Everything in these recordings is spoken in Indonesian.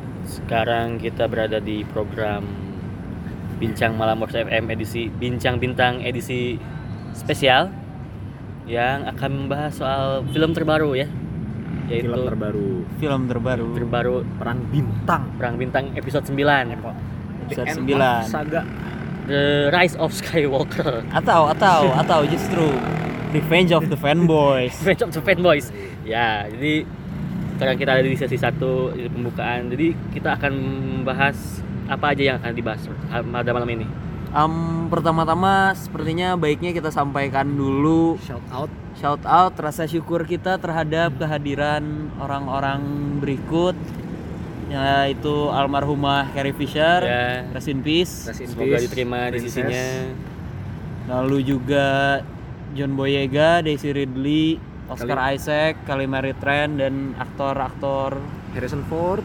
Sekarang kita berada di program Bincang Malam Wars FM edisi Bincang Bintang edisi spesial yang akan membahas soal film terbaru ya, yaitu Film terbaru Perang Bintang episode 9. episode 9 Saga The Rise of Skywalker atau justru Revenge of the Fanboys. Revenge of the Fanboys. Ya, jadi sekarang kita ada di sesi 1 di pembukaan. Jadi kita akan membahas apa aja yang akan dibahas pada malam ini. Pertama-tama sepertinya baiknya kita sampaikan dulu shout out rasa syukur kita terhadap kehadiran orang-orang berikut, yaitu almarhumah Carrie Fisher, Ya. rest in peace. Semoga diterima di sisinya. Lalu juga John Boyega, Daisy Ridley, Oscar Isaac, Kalimari Tran, dan aktor-aktor Harrison Ford,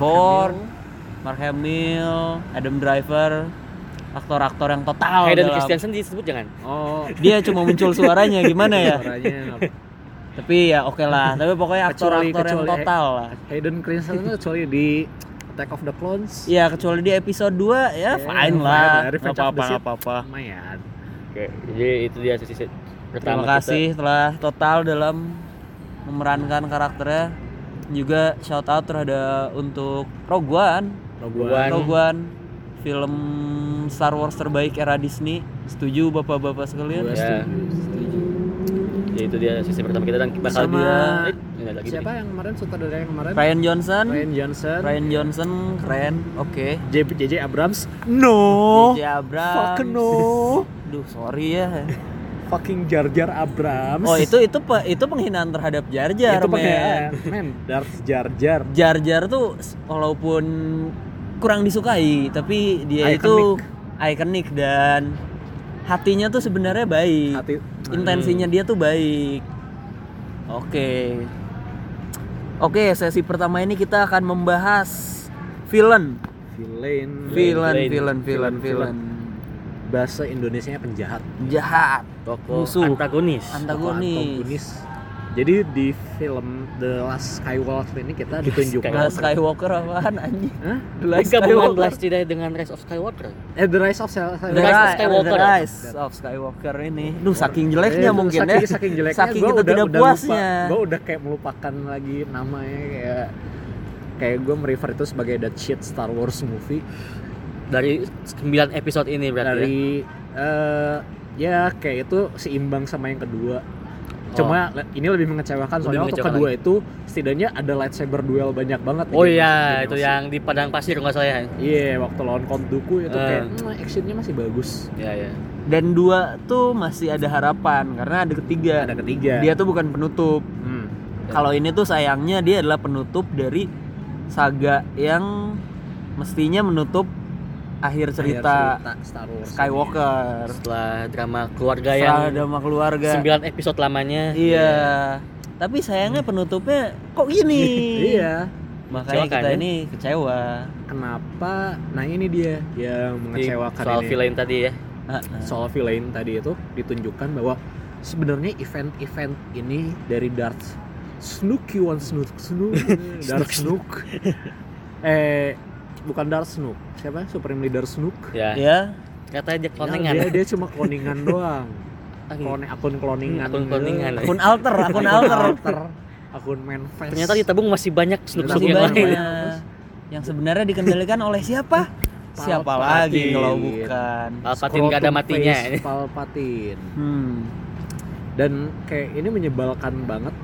Mark Hamill, Adam Driver, aktor-aktor yang total Hayden dalam. Christensen disebut jangan. Oh, Dia cuma muncul suaranya gimana ya? suaranya Tapi ya oke lah. Tapi pokoknya aktor-aktor yang total lah. Hayden Christensen kecuali di Attack of the Clones. Iya, kecuali di episode 2 ya fine lah. Revenge Enggak of the Sith. apa-apa. Lumayan. Oke, jadi itu dia sesi pertama. Terima kasih telah total dalam memerankan karakternya. Juga shout out terhadap untuk Rogue One, film Star Wars terbaik era Disney. Setuju bapak-bapak sekalian? Gua Ya. setuju. Ya itu dia sesi pertama kita dan bakal Sama lagi siapa yang kemarin sutradara yang kemarin? Ryan Johnson Ryan Johnson. keren. Oke. JJ Abrams. No. J.J. Abrams. Fuck no. Duh, sorry ya. Fucking Jar Jar Abrams. Oh, itu penghinaan terhadap Jar Jar, itu men. men. Darth Jar Jar. Jar Jar tuh walaupun kurang disukai, tapi dia itu ikonik dan hatinya tuh sebenarnya baik. Intensinya dia tuh baik. Oke, sesi pertama ini kita akan membahas villain. Bahasa Indonesianya penjahat. Jahat, tokoh musuh, antagonis. Jadi di film The Last Skywalker ini kita ditunjukkan Skywalker apaan anjing? Hah? The Last Gabungan Skywalker. Last Jedi dengan Rise of Skywalker. The Rise of The Skywalker. Rise of Skywalker ini. Duh, saking jeleknya mungkin ya. Saking jeleknya. Saking gua kita tidak puasnya. Gue udah kayak melupakan lagi namanya, kayak gue merefer itu sebagai that shit Star Wars movie. Dari 9 episode ini berarti. Ya kayak itu seimbang sama yang kedua. Cuma ini lebih mengecewakan soalnya untuk kedua lagi. itu setidaknya ada lightsaber duel banyak banget. Oh iya, itu yang di padang pasir nggak salah ya. Iya, waktu lawan Count Dooku itu kayak actionnya masih bagus. Iya. Dan 2 tuh masih ada harapan karena ada ketiga. Dia tuh bukan penutup. Kalau ini tuh sayangnya dia adalah penutup dari saga yang mestinya menutup akhir cerita Star Wars Skywalker. Setelah drama keluarga Setelah yang drama keluarga 9 episode lamanya. Iya. Tapi sayangnya penutupnya kok gini. Iya. Makanya kita ini kecewa. Kenapa? Nah ini dia yang mengecewakan soal ini. villain tadi ya. Soal villain tadi itu ditunjukkan bahwa sebenarnya event-event ini dari Darth Snook. Darth Snook. Bukan Darth Snook. Siapa? Supreme Leader Snook. Ya. Katanya cloningan. Dia cuma cloningan doang. Akun cloningan. Akun alter. Akun manifest. Ternyata di tabung masih banyak Snook Masih yang lain. banyak. Yang sebenarnya dikendalikan oleh siapa? Siapa lagi kalau bukan Palpatine gak ada matinya. Palpatine. Dan kayak ini menyebalkan banget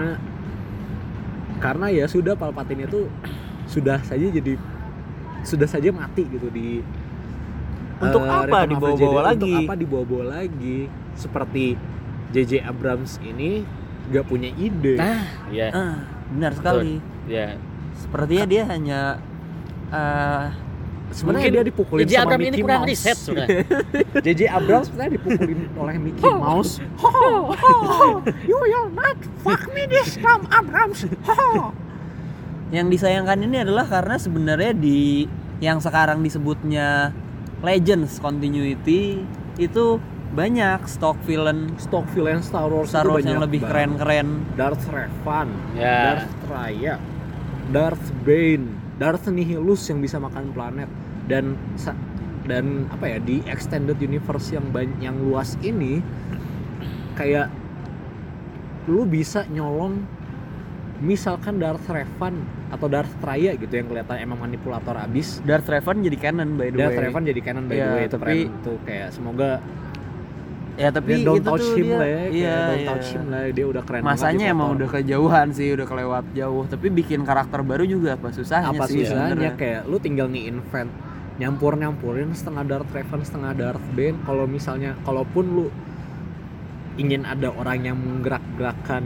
karena ya sudah Palpatine itu sudah saja mati gitu di untuk apa dibawa-bawa lagi? Untuk apa dibawa-bawa lagi? Seperti JJ Abrams ini nggak punya ide. Nah, iya. Benar sekali. Ya. Sepertinya dia hanya sebenarnya dia dipukulin JJ sama Abrams Mickey ini kurang Mouse. riset sebenarnya. JJ Abrams sebenarnya dipukulin oleh Mickey Mouse. You will not fuck me this time, Abrams. Yang disayangkan ini adalah karena sebenarnya di yang sekarang disebutnya Legends Continuity itu banyak stock villain Star Wars yang lebih keren-keren. Darth Revan, Ya. Darth Raya, Darth Bane, Darth Nihilus yang bisa makan planet dan apa ya, di extended universe yang luas ini kayak lu bisa nyolong misalkan Darth Revan atau Darth Traya gitu yang kelihatan emang manipulator abis. Darth Revan jadi canon by the way. Darth Revan jadi canon by the way, itu tapi keren tuh, kayak semoga ya tapi don't itu touch tuh him dia, lah ya, kayak don't iya. touch him lah, dia udah keren Masanya banget emang gitu, udah kejauhan sih, udah kelewat jauh. Tapi bikin karakter baru juga apa susahnya apa sih susahnya sebenarnya. kayak lu tinggal nge-invent nyampurin setengah Darth Revan setengah Darth Bane. Kalau misalnya kalaupun lu ingin ada orang yang menggerak-gerakkan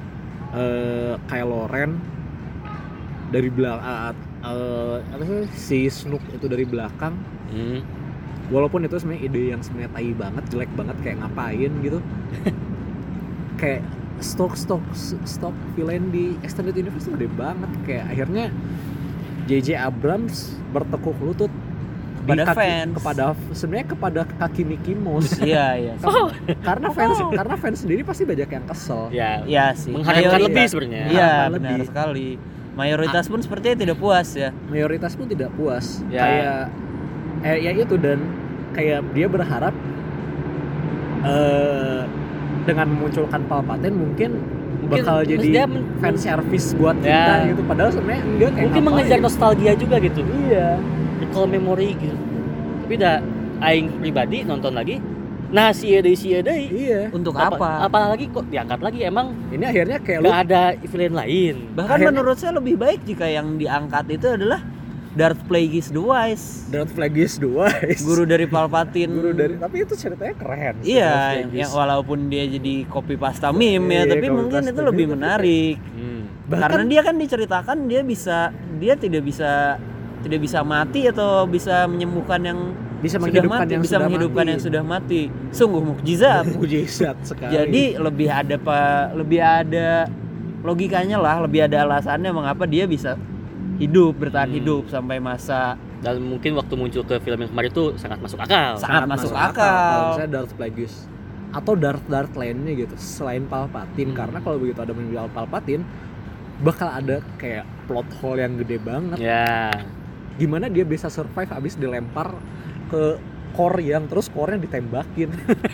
Kylo Ren dari belakang, apa sih, si Snoke itu dari belakang, walaupun itu sebenarnya ide yang sebenarnya tai banget, jelek banget, kayak ngapain gitu. Kayak stok villain di extended universe gede banget, kayak akhirnya J.J. Abrams bertekuk lutut kepada sebenarnya kepada kaki Mickey Mouse. Iya. karena fans sendiri pasti banyak yang kesel. Iya sih. Mengharapkan lebih sebenarnya. Iya, Harapan benar lebih. sekali. Mayoritas pun sepertinya tidak puas ya. Mayoritas pun tidak puas. Ya. Kayak ya itu, dan kayak dia berharap dengan memunculkan Palpatine mungkin bakal jadi fan service buat kita gitu, padahal sebenarnya enggak, kayak mungkin mengejar nostalgia juga gitu. Iya, recall memory gitu. Tapi dah aing pribadi nonton lagi, nah si Edei iya. Untuk apa? Apalagi kok diangkat lagi, emang Ini akhirnya kayak nggak ada villain lain. Bahkan Akhirnya- menurut saya lebih baik jika yang diangkat itu adalah Darth Plagueis the Wise, Darth Plagueis the Wise, guru dari Palpatine. tapi itu ceritanya keren sih, Darth Iya, Plagueis. yang walaupun dia jadi copy pasta meme ya, Iya, tapi copy mungkin pasta itu lebih meme. menarik. Karena Bahkan dia kan diceritakan dia tidak bisa mati atau bisa menyembuhkan yang bisa sudah menghidupkan mati, yang bisa sudah menghidupkan mati. yang sudah mati. Sungguh mukjizat. Mujizat sekali. Jadi lebih ada logikanya lah, lebih ada alasannya mengapa dia bisa bertahan hidup sampai masa. Dan mungkin waktu muncul ke film yang kemarin itu sangat masuk akal. Sangat masuk Kalau akal. misalnya Darth Plagueis atau Darth lainnya gitu selain Palpatine, karena kalau begitu ada menjual Palpatine bakal ada kayak plot hole yang gede banget. Ya. Gimana dia bisa survive abis dilempar ke core yang terus core-nya ditembakin.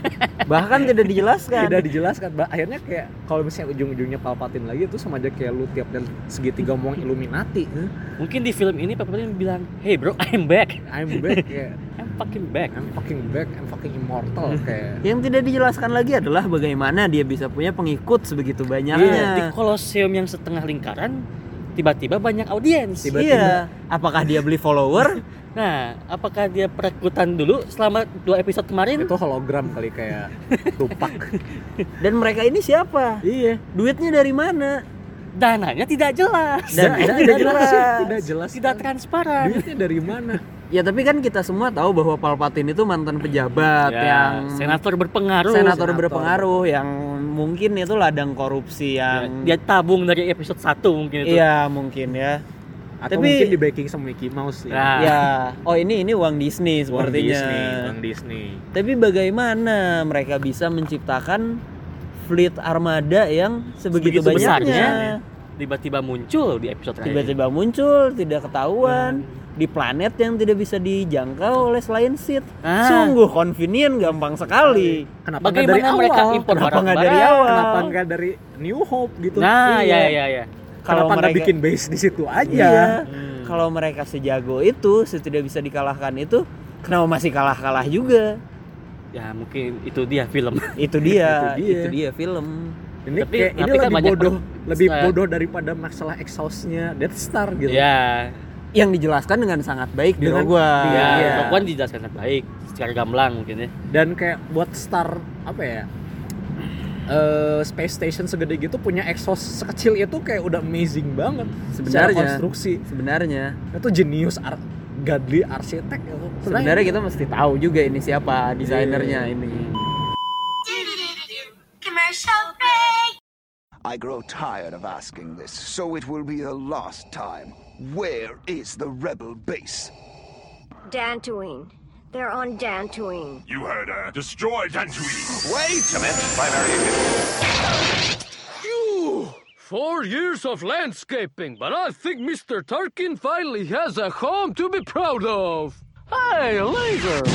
Bahkan tidak dijelaskan. Tidak dijelaskan. Akhirnya kayak kalau misalnya ujung-ujungnya Palpatine lagi itu sama aja kayak lu tiap dan segitiga ngomong Illuminati. Mungkin di film ini Palpatine bilang, "Hey bro, I'm back. I'm back ya. I'm fucking back." I'm fucking immortal kayak. Yang tidak dijelaskan lagi adalah bagaimana dia bisa punya pengikut sebegitu Di banyaknya. Colosseum yang setengah lingkaran tiba-tiba banyak audiens. Iya. Apakah dia beli follower? Nah, apakah dia perekrutan dulu selama 2 episode kemarin? Itu hologram kali, kayak Tupac. Dan mereka ini siapa? Iya. Duitnya dari mana? Dananya tidak jelas. Dan tidak jelas. Tidak jelas. Tidak transparan. Duitnya dari mana? Ya tapi kan kita semua tahu bahwa Palpatine itu mantan pejabat yang senator berpengaruh. senator berpengaruh yang mungkin itu ladang korupsi Ya, yang dia tabung dari episode 1 mungkin itu. iya mungkin ya. Atau Tapi- mungkin di backing sama Mickey Mouse sih. Nah. Ya, oh ini uang Disney Uang sepertinya. Disney. Tapi bagaimana mereka bisa menciptakan fleet armada yang sebegitu Begitu banyaknya? Tiba-tiba muncul di episode terakhir. Tiba-tiba muncul, tidak ketahuan di planet yang tidak bisa dijangkau oleh selain Sith. Ah. Sungguh convenient, gampang sekali. Kenapa nggak Bagaimana dari mereka awal? impor Kenapa nggak barang-barang? dari awal? Kenapa nggak dari New Hope gitu? Nah, Iya. ya. Kalau Kenapa nggak mereka- bikin base di situ aja? Iya. Kalau mereka sejago itu, tidak bisa dikalahkan itu, kenapa masih kalah-kalah juga? Ya mungkin itu dia film. Itu dia, Itu dia. itu dia film. Ini Tapi- kayak ini tapi kan lebih banyak bodoh, lebih Star. bodoh daripada masalah exhaust-nya Death Star gitu. Ya. Yang dijelaskan dengan sangat baik di Dengan- Rogue One. Ya, Iya. Rogue One dijelaskan dengan baik secara gamblang mungkin ya. Dan kayak buat Star apa ya? Space station segede gitu punya exhaust sekecil itu kayak udah amazing banget. Secara Sebenarnya. konstruksi Sebenarnya itu jenius godly arsitek itu. Sebenarnya kita mesti tahu juga ini siapa desainernya ini. Commercial break. I grow tired of asking this, so it will be the last time. Where is the rebel base? Dantooine. They're on Dantooine. You heard her. Destroy Dantooine. Wait! Commence primary. You! 4 years of landscaping, but I think Mr. Tarkin finally has a home to be proud of. Hey, laser!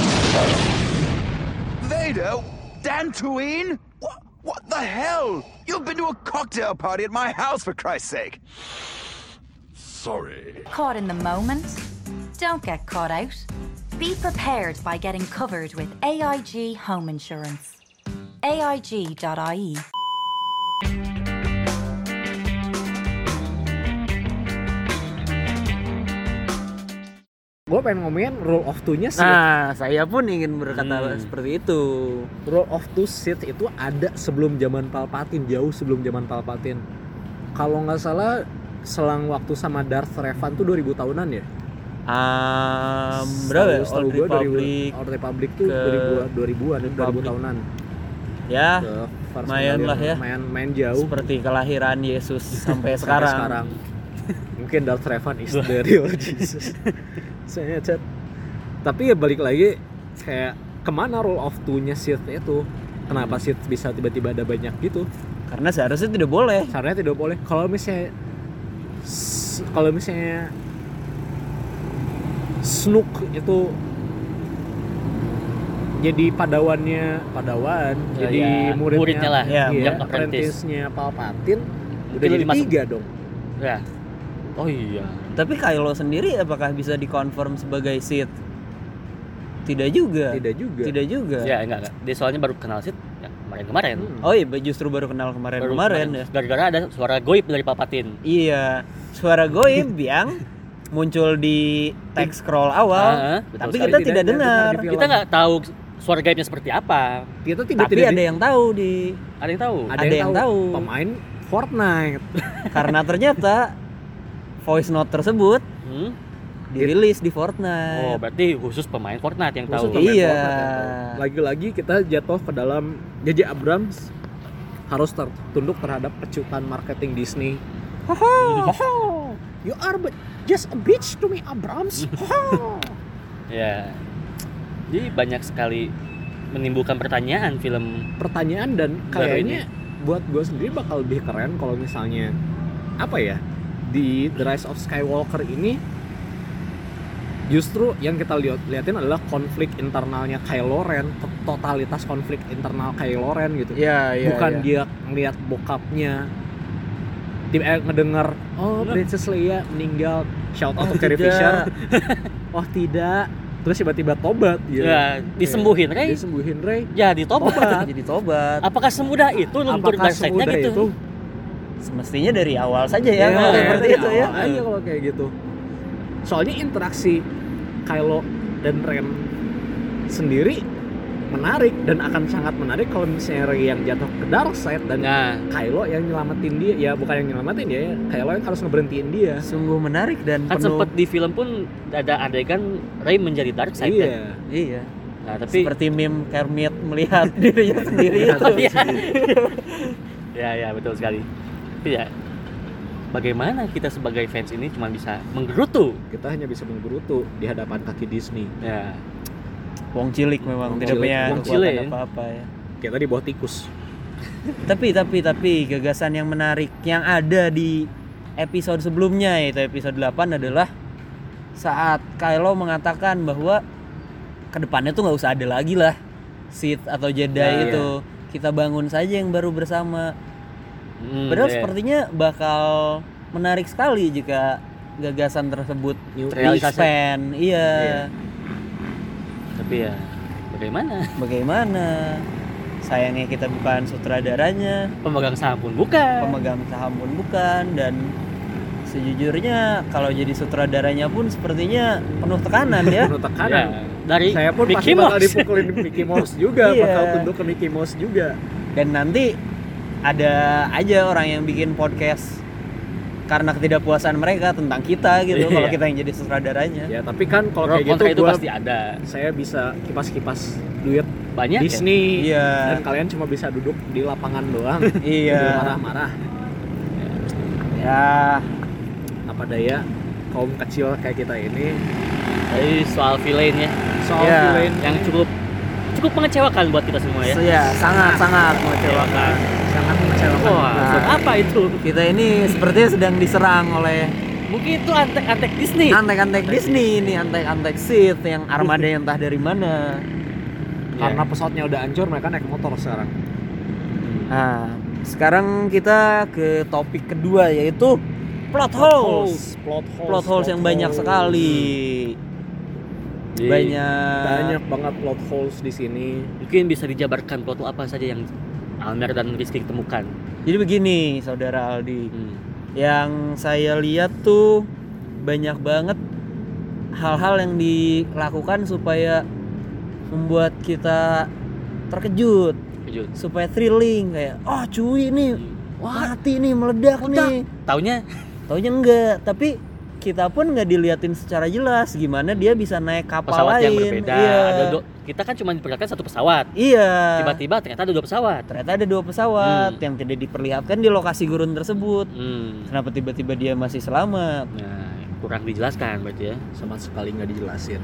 Vader? Dantooine? What the hell? You've been to a cocktail party at my house, for Christ's sake. Sorry. Caught in the moment? Don't get caught out. Be prepared by getting covered with AIG Home Insurance. AIG.ie. Gue pengen ngomongin rule of two-nya sih. Nah, saya pun ingin berkata seperti itu. Rule of two Sith itu ada sebelum zaman Palpatine, jauh sebelum zaman Palpatine. Kalau nggak salah, selang waktu sama Darth Revan tuh 2000 tahunan ya. Berapa? Setahu Old gue Republic. Old Republic tuh ke 2000-an, 2000 tahunan. Ya, Ke First lumayan Rebellion. lah ya. Main jauh. Seperti kelahiran Yesus sampai Sampai sekarang. Mungkin Darth Revan is the real Jesus. Saya chat. Tapi ya balik lagi, kayak kemana rule of two-nya Sith itu? Kenapa Sith bisa tiba-tiba ada banyak gitu? Karena seharusnya tidak boleh. Seharusnya tidak boleh. Kalau misalnya Snoke itu jadi padawan, jadi muridnya lah, ya, iya, yang apprentice. apprentice-nya Palpatine udah Mungkin jadi masuk- 3 dong. Ya. Oh iya. Tapi Kylo sendiri apakah bisa dikonfirm sebagai Sith? Tidak juga. Tidak juga. Ya enggak. Dia soalnya baru kenal Sith ya, kemarin. Oh iya, justru baru kenal kemarin ya. Gara-gara ada suara goib dari Palpatine. Iya, suara goib yang muncul di text scroll awal, Betul tapi sekali. kita tidak Tidak dengar. dengar di film. Kita nggak tahu suara gaibnya seperti apa. Kita Tapi ada yang tahu di Ada yang tahu. ada yang tahu. pemain Fortnite. Karena ternyata voice note tersebut Hmm? dirilis di Oh, Fortnite. berarti khusus pemain Fortnite yang Khusus tahu. pemain Iya. Fortnite yang tahu. Lagi-lagi kita jatuh ke dalam J.J. Abrams harus tunduk terhadap pecutan marketing Disney. You are but just a bitch to me, Abrams. Ya. Jadi banyak sekali menimbulkan pertanyaan film. Pertanyaan dan kayaknya buat gue sendiri bakal lebih keren kalau misalnya apa ya, di The Rise of Skywalker ini justru yang kita liatin adalah konflik internalnya Kylo Ren, totalitas konflik internal Kylo Ren gitu. Iya, Bukan dia ngeliat bokapnya ngedengar Princess Leia meninggal, shout out to Carrie tidak. Fisher. Oh tidak, terus tiba-tiba tobat gitu. Ya, disembuhin Rey. Disembuhin Rey. Jadi tobat. Jadi tobat. Apakah semudah itu luntur Apakah dark side-nya semudah gitu? itu? Semestinya dari awal saja ya, kalau Iya, seperti dari itu ya. awal aja kalau kayak gitu. Soalnya interaksi Kylo dan Ren sendiri menarik dan akan sangat menarik kalau misalnya Rey yang jatuh ke dark side dan Nah, Kylo yang nyelamatin dia. Ya bukan yang nyelamatin dia, ya Kylo yang harus ngeberhentiin dia. Sungguh menarik dan kan penuh. sempet di film pun ada adegan Rey menjadi dark side kan? Iya. Iya. Nah, tapi Seperti meme Kermit melihat dirinya sendiri itu. ya betul sekali. Tapi ya bagaimana kita sebagai fans ini cuma bisa menggerutu. Kita hanya bisa menggerutu di hadapan kaki Disney. Ya. Wong cilik memang Wong tidak cilik. punya Wong kekuatan cilik ya. apa-apa ya. Kita di bawah tikus. Tapi gagasan yang menarik yang ada di episode sebelumnya, yaitu episode 8 adalah saat Kylo mengatakan bahwa kedepannya tuh nggak usah ada lagi lah Sith atau Jedi Nah, itu, kita bangun saja yang baru bersama. Padahal Iya. sepertinya bakal menarik sekali jika gagasan tersebut Terrealisasi. di-expand. Iya. Tapi ya bagaimana? Sayangnya kita bukan sutradaranya, Pemegang saham pun bukan. pemegang saham pun bukan, dan sejujurnya kalau jadi sutradaranya pun sepertinya penuh tekanan ya. Penuh tekanan. Ya, dari Saya pun Mickey pasti bakal Mouse. dipukulin Mickey Mouse juga, Iya. bakal tunduk ke Mickey Mouse juga. Dan nanti ada aja orang yang bikin podcast karena ketidakpuasan mereka tentang kita gitu, Iya. kalau kita yang jadi sutradaranya. Ya tapi kan kalau Pro kayak gitu kontra itu gua, pasti ada. saya bisa kipas-kipas duit Banyak Disney. Iya. Dan kalian cuma bisa duduk di lapangan doang. Iya. Sambil marah-marah. Ya, Apa daya kaum kecil kayak kita ini Jadi soal villain ya. soal Iya. villain Yang cukup cukup mengecewakan buat kita semua ya. Ya, sangat mengecewakan. Sangat mengecewakan. Wah, Nah. apa itu? Kita ini sepertinya sedang diserang oleh Mungkin itu antek-antek Disney. antek-antek Disney ini, antek-antek Sith yang armada yang entah dari mana. Karena pesawatnya udah hancur, mereka naik motor sekarang. Nah, sekarang kita ke topik kedua yaitu plot holes. Plot holes yang banyak sekali. Jadi, Banyak banget plot holes di sini. mungkin bisa dijabarkan plot apa saja yang Almer dan Rizky temukan. Jadi begini, Saudara Aldi. Hmm. Yang saya lihat tuh banyak banget hal-hal yang dilakukan supaya membuat kita terkejut, Kejut. supaya thrilling kayak cuy nih mati nih, meledak nih. Taunya Taunya enggak, tapi kita pun nggak diliatin secara jelas gimana dia bisa naik kapal pesawat lain. yang berbeda. Iya. Kita kan cuma diperlihatkan satu pesawat. Iya. Tiba-tiba ternyata ada 2 pesawat. Ternyata ada 2 pesawat yang tidak diperlihatkan di lokasi gurun tersebut. Kenapa tiba-tiba dia masih selamat? Nah, kurang dijelaskan berarti ya. Sama sekali nggak dijelasin.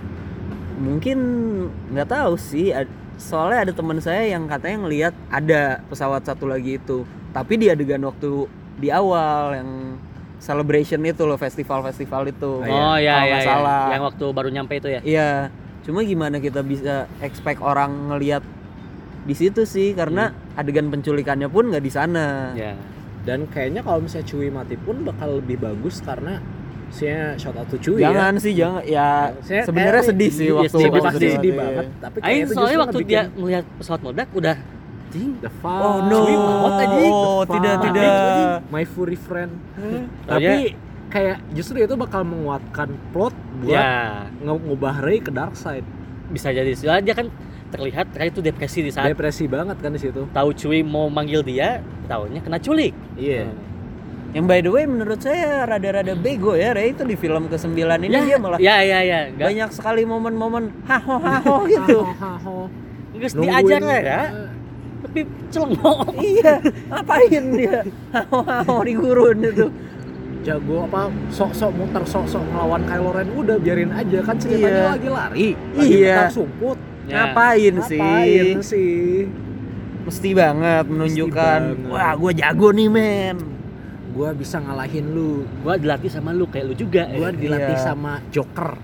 Mungkin nggak tahu sih. Soalnya ada teman saya yang katanya ngelihat ada pesawat satu lagi itu. Tapi di adegan waktu di awal yang celebration itu loh, festival itu. Oh Kalau iya nggak salah. Yang waktu baru nyampe itu ya. Iya. Cuma gimana kita bisa expect orang ngelihat di situ sih, karena adegan penculikannya pun nggak di sana. Ya. Dan kayaknya kalau misalnya Chewie mati pun bakal lebih bagus karena saya shout out to Chewie Jangan ya. sih, jangan. Ya Saya- sebenarnya sedih sih waktu sedih, waktu pasti itu. sedih Iya. banget. Tapi Aing kayak itu soalnya justru waktu dia melihat pesawat meledak udah the fuck. Oh no. Chewie maut aja. Oh, The tidak, fuck. tidak. My furry friend. Taunya- Tapi kayak justru itu bakal menguatkan plot buat ya ngubah Rey ke dark side. bisa jadi. Soalnya dia kan terlihat Rey itu depresi di saat Depresi banget kan di situ. tahu Chewie mau manggil dia, taunya kena culik. Iya. Yang by the way menurut saya rada-rada bego ya Rey itu di film ke-9 ini dia malah ya nggak banyak sekali momen-momen haho gitu. nggak diajar lah ya. Tapi celengok. Iya, ngapain dia haho di gurun itu. Jago apa sok-sok muter sok-sok ngelawan Kylo Ren, udah biarin aja kan ceritanya Iya. lagi lari, lagi Iya. petak sumput. Ya. Ngapain Ngapain sih? Mesti banget menunjukkan banget. wah gue jago nih men. Gua bisa ngalahin lu. Gua dilatih sama lu kayak lu juga. Gua dilatih Iya. sama Joker.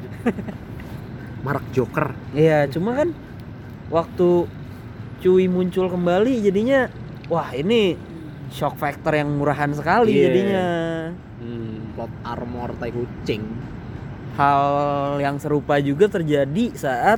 Mark Joker. Iya, cuma kan waktu Chewie muncul kembali jadinya wah ini shock factor yang murahan sekali Iya. jadinya. Plot armor tai kucing. Hal yang serupa juga terjadi saat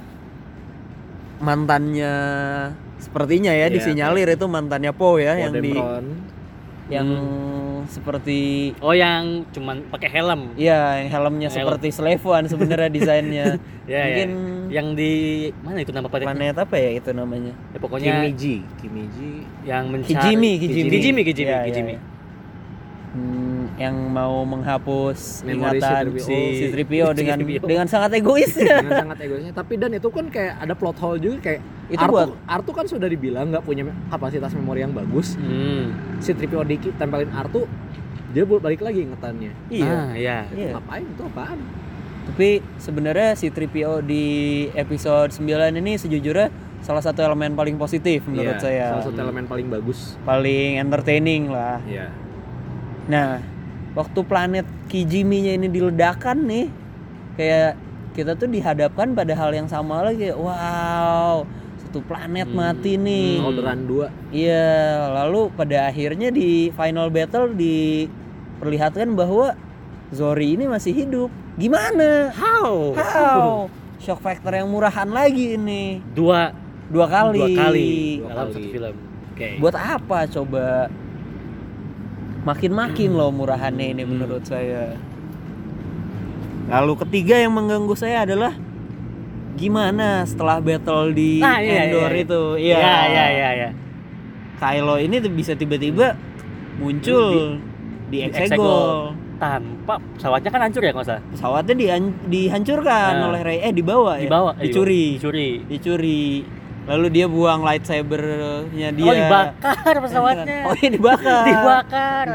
mantannya sepertinya ya Iya, disinyalir itu mantannya Poe ya yang di Podemron. yang seperti Oh, yang cuman pakai helm. ya yang helmnya Helm. seperti Slave-One sebenarnya desainnya. Ya, Mungkin yang di mana itu nama planetnya? planet apa ya itu namanya? Ya, pokoknya Kimiji. yang mencari Kijimi. Kijimi. Ya. Yang mau menghapus Memori ingatan C-3PO. si C-3PO dengan C-3PO. dengan sangat egoisnya. Dengan sangat egoisnya. Tapi dan itu kan kayak ada plot hole juga kayak Itu buat- Artu kan sudah dibilang nggak punya kapasitas memori yang bagus. Si 3PO ditempelin Artu, dia balik lagi ingetannya. Iya. Ah, ya. Iya. Ngapain itu apaan? Tapi sebenarnya si 3PO di episode 9 ini sejujurnya salah satu elemen paling positif menurut Iya, saya. salah satu elemen paling bagus. Paling entertaining lah. Iya. Nah, waktu planet Kijimi-nya ini diledakkan nih, kayak kita tuh dihadapkan pada hal yang sama lagi. Wow, satu planet mati nih. Alderaan 2. Iya, lalu pada akhirnya di final battle diperlihatkan bahwa Zori ini masih hidup. Gimana? How? Shock factor yang murahan lagi ini. Dua Dua kali. dalam satu film. Oke. Buat apa coba? Makin-makin loh murahannya ini menurut saya. Lalu ketiga yang mengganggu saya adalah gimana setelah battle di Endor itu. Iya. Kylo ini tuh bisa tiba-tiba muncul di Exegol. Tanpa pesawatnya kan hancur ya nggak usah. Pesawatnya dihancurkan oleh Rey. Dibawa ya? Dicuri. Lalu dia buang lightsabernya dia. Oh, dibakar pesawatnya. Oh iya dibakar. Dibakar.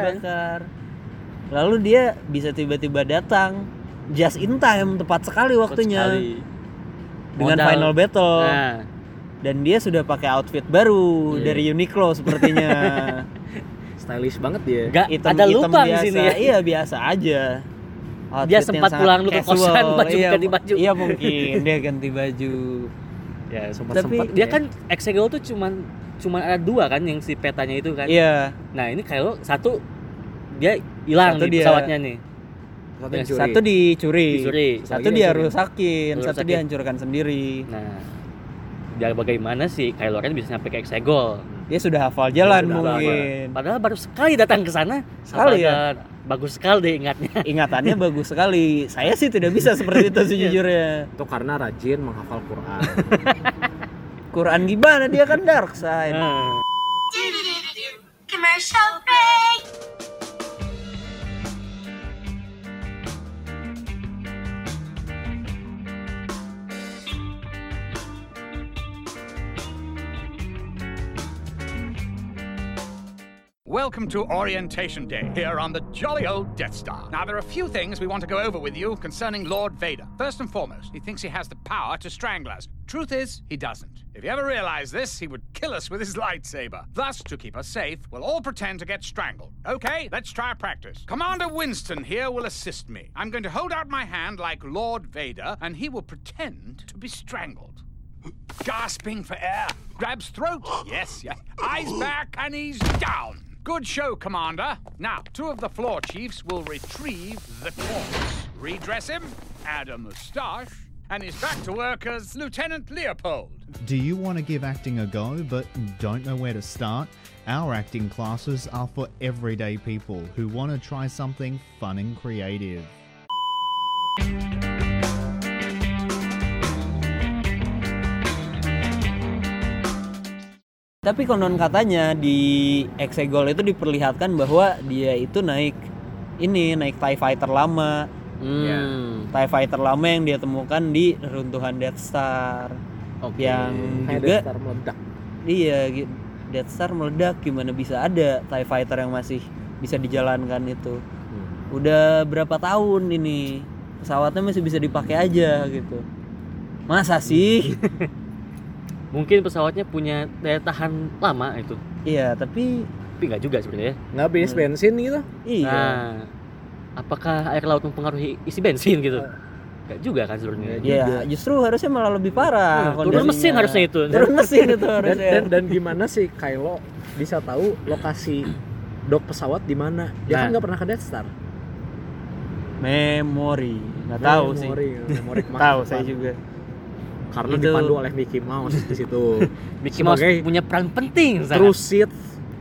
Lalu dia bisa tiba-tiba datang just in time, tepat sekali waktunya. Sekali. Dengan Modal. final battle. Nah, Dan dia sudah pakai outfit baru dari Uniqlo sepertinya. Stylish banget dia. Gak ada lubang di biasa. sini ya. Iya, biasa aja. Dia sempat pulang dulu ke kosan ganti baju. Iya mungkin dia ganti baju. Ya, Sempat dia kan Exegol tuh cuman ada 2 kan yang si petanya itu kan. Iya. Nah, ini Kylo satu dia hilang di pesawatnya nih. Satu dicuri. Satu dia rusakin, satu dihancurkan sendiri. Nah, dia bagaimana sih Kylo Ren bisa nyampe ke Exegol? Dia sudah hafal jalan mungkin. Padahal baru sekali datang ke sana. Sekali ya. Bagus sekali deh ingatnya. Ingatannya bagus sekali. Saya sih tidak bisa seperti itu sejujurnya. Itu karena rajin menghafal Quran. Quran gimana, dia kan dark side. Commercial break. Welcome to Orientation Day, here on the jolly old Death Star. Now, there are a few things we want to go over with you concerning Lord Vader. First and foremost, he thinks he has the power to strangle us. Truth is, he doesn't. If he ever realized this, he would kill us with his lightsaber. Thus, to keep us safe, we'll all pretend to get strangled. Okay, let's try practice. Commander Winston here will assist me. I'm going to hold out my hand like Lord Vader, and he will pretend to be strangled. Gasping for air. Grabs throat. Yes. Eyes back, and he's down. Good show, Commander. Now, 2 of the floor chiefs will retrieve the corpse, redress him, add a moustache, and he's back to work as Lieutenant Leopold. Do you want to give acting a go but don't know where to start? Our acting classes are for everyday people who want to try something fun and creative. Tapi konon katanya di Exegol itu diperlihatkan bahwa dia itu naik TIE Fighter lama. TIE Fighter lama yang dia temukan di reruntuhan Death Star. Yang juga Death Star meledak. Iya, Death Star meledak, gimana bisa ada TIE Fighter yang masih bisa dijalankan itu. Udah berapa tahun ini pesawatnya masih bisa dipakai aja gitu. Masa sih? Mungkin pesawatnya punya daya tahan lama itu. Iya, tapi nggak juga sebenarnya. Nggak habis bensin gitu. Iya. Nah, apakah air laut mempengaruhi isi bensin gitu? Nggak juga kan sebenarnya. Iya, justru harusnya malah lebih parah. Turun mesin harusnya itu. Turun mesin itu harusnya. Dan gimana sih Kylo bisa tahu lokasi dock pesawat di mana? Dia kan nggak pernah ke Death Star. Memori, nggak tahu sih. Memori tahu saya juga. Karena dipandu oleh Mickey Mouse di situ. Mickey Mouse punya peran penting. True Sith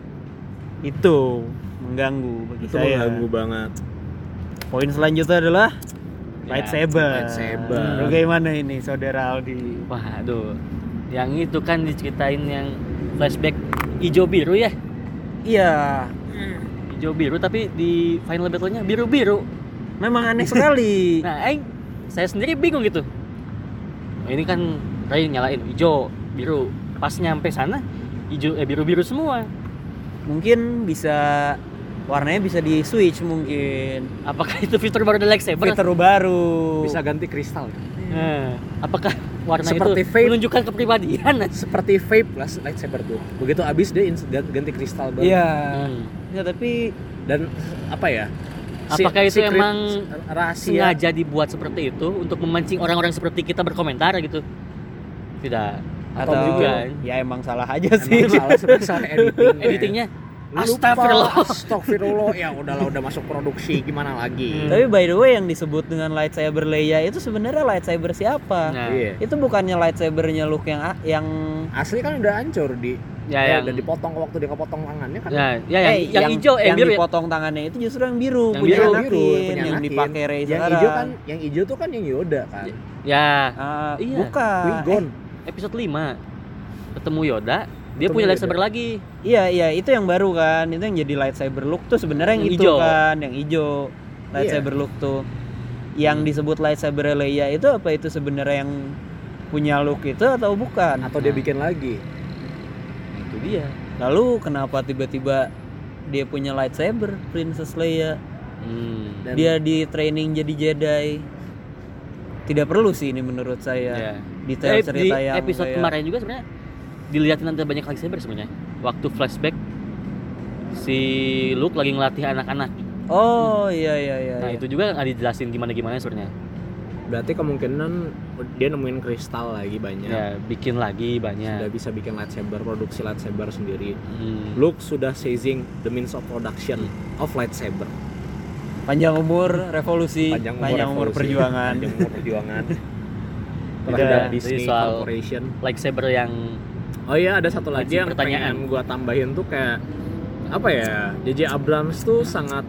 itu mengganggu bagi saya. Mengganggu banget. Poin selanjutnya adalah lightsaber. Bagaimana ini Saudara Aldi? Waduh, yang itu kan diceritain yang flashback hijau biru ya? Iya. Hijau biru tapi di final battle-nya biru-biru. Memang aneh sekali. Nah, saya sendiri bingung gitu. Ini kan Ray nyalain hijau, biru. Pas nyampe sana biru-biru semua. Mungkin bisa warnanya bisa di switch mungkin. Apakah itu fitur baru dari lightsaber? Fitur baru. Bisa ganti kristal. Nah, apakah warna seperti itu vape, menunjukkan kepribadian? Seperti vape lah lightsaber tuh. Begitu habis dia ganti kristal baru. Iya. Ya tapi dan apa ya? Apakah itu emang rahasia sengaja dibuat seperti itu untuk memancing orang-orang seperti kita berkomentar gitu? Tidak. Atau juga ya emang salah aja sih. Emang salah editingnya. Astagfirullah. Ya udahlah, udah masuk produksi, gimana lagi. Tapi by the way yang disebut dengan lightsaber Leia itu sebenarnya lightsaber siapa? Nah, itu bukannya lightsabernya Luke yang asli kan udah hancur udah dipotong waktu dia kepotong tangannya kan. Yang hijau yang biru dipotong tangannya itu justru yang biru, yang punya biru, Anakin, yang dipakai Rey sekarang. Yang hijau tuh kan yang Yoda kan. Iya. Bukan. Qui-Gon. Episode 5 ketemu Yoda, dia punya lightsaber lagi. Iya, itu yang baru kan. Itu yang jadi lightsaber Luke tuh sebenarnya yang itu kan, yang hijau. Lightsaber Luke tuh. Yang disebut lightsaber Leia itu apa itu sebenarnya yang punya Luke itu atau bukan? Atau dia bikin lagi? Itu dia. Lalu kenapa tiba-tiba dia punya lightsaber Princess Leia? Dia di training jadi Jedi. Tidak perlu sih ini menurut saya. Detail cerita di yang episode kemarin juga sebenarnya dilihatin nanti banyak lightsaber sebenarnya. Waktu flashback si Luke lagi ngelatih anak-anak. Oh iya. Nah itu juga nggak dijelasin gimana sebenarnya. Berarti kemungkinan dia nemuin kristal lagi banyak. Ya bikin lagi banyak. Sudah bisa bikin lightsaber, produksi lightsaber sendiri. Luke sudah seizing the means of production of lightsaber. Panjang umur revolusi, panjang umur perjuangan. Panjang umur perjuangan. Tidak Disney soal Corporation. lightsaber yang Oh iya, ada satu lagi yang pertanyaan pengen gua tambahin tuh kayak apa ya? J.J. Abrams tuh sangat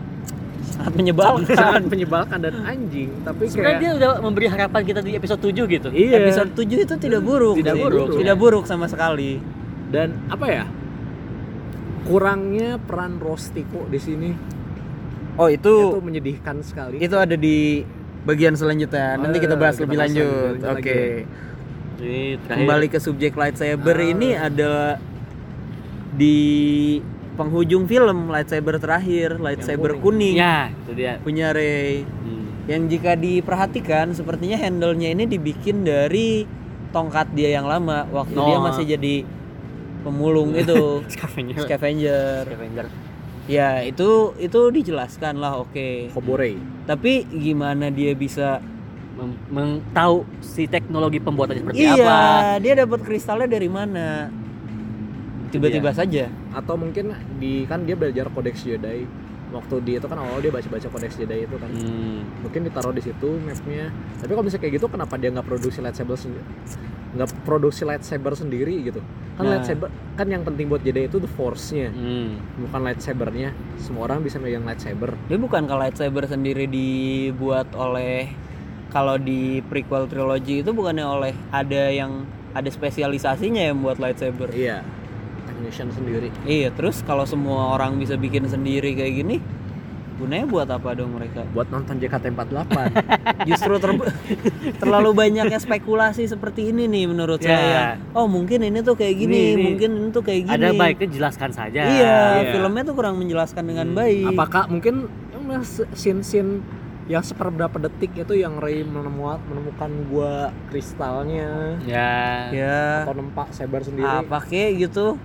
menyebalkan dan anjing, tapi sebenarnya kayak dia udah memberi harapan kita di episode 7 gitu. Iya. Episode 7 itu tidak buruk. Tidak buruk sama sekali. Dan apa ya? Kurangnya peran Rostico di sini. Oh itu menyedihkan sekali. Itu ada di bagian selanjutnya. Nanti kita bahas lebih lanjut. Oke. Kembali ke subjek lightsaber ini ada di penghujung film lightsaber terakhir, lightsaber kuning. Ya, itu dia. Punya Rey. Yang jika diperhatikan sepertinya handle-nya ini dibikin dari tongkat dia yang lama waktu dia masih jadi pemulung itu. Scavenger. Ya, itu dijelaskan lah, oke. Hobore. Tapi gimana dia bisa tahu si teknologi pembuatannya seperti apa? Iya, dia dapat kristalnya dari mana? Tiba-tiba saja. Atau mungkin kan dia belajar Codex Jedi. Waktu dia itu kan awal dia baca Codex Jedi itu kan. Mungkin ditaruh di situ mapnya. Tapi kalau misalnya kayak gitu, kenapa dia nggak produksi lightsaber sendiri gitu? Kan lightsaber kan yang penting buat Jedi itu the Force-nya, bukan lightsabernya. Semua orang bisa megang lightsaber. Dia bukan kalau lightsaber sendiri dibuat oleh, kalau di prequel trilogy itu bukannya oleh ada spesialisasinya yang buat lightsaber. Iya. Technician sendiri. Iya, terus kalau semua orang bisa bikin sendiri kayak gini, gunanya buat apa dong mereka? Buat nonton JKT48. Justru terlalu banyaknya spekulasi seperti ini nih menurut saya. Oh, mungkin ini tuh kayak gini, mungkin ini tuh kayak gini. Ada baiknya jelaskan saja. Iya, filmnya tuh kurang menjelaskan dengan baik. Apakah mungkin scene yang seberapa detik itu yang Rey menemukan gua kristalnya? Ya. Atau nempak saber sendiri? Apa kayak gitu?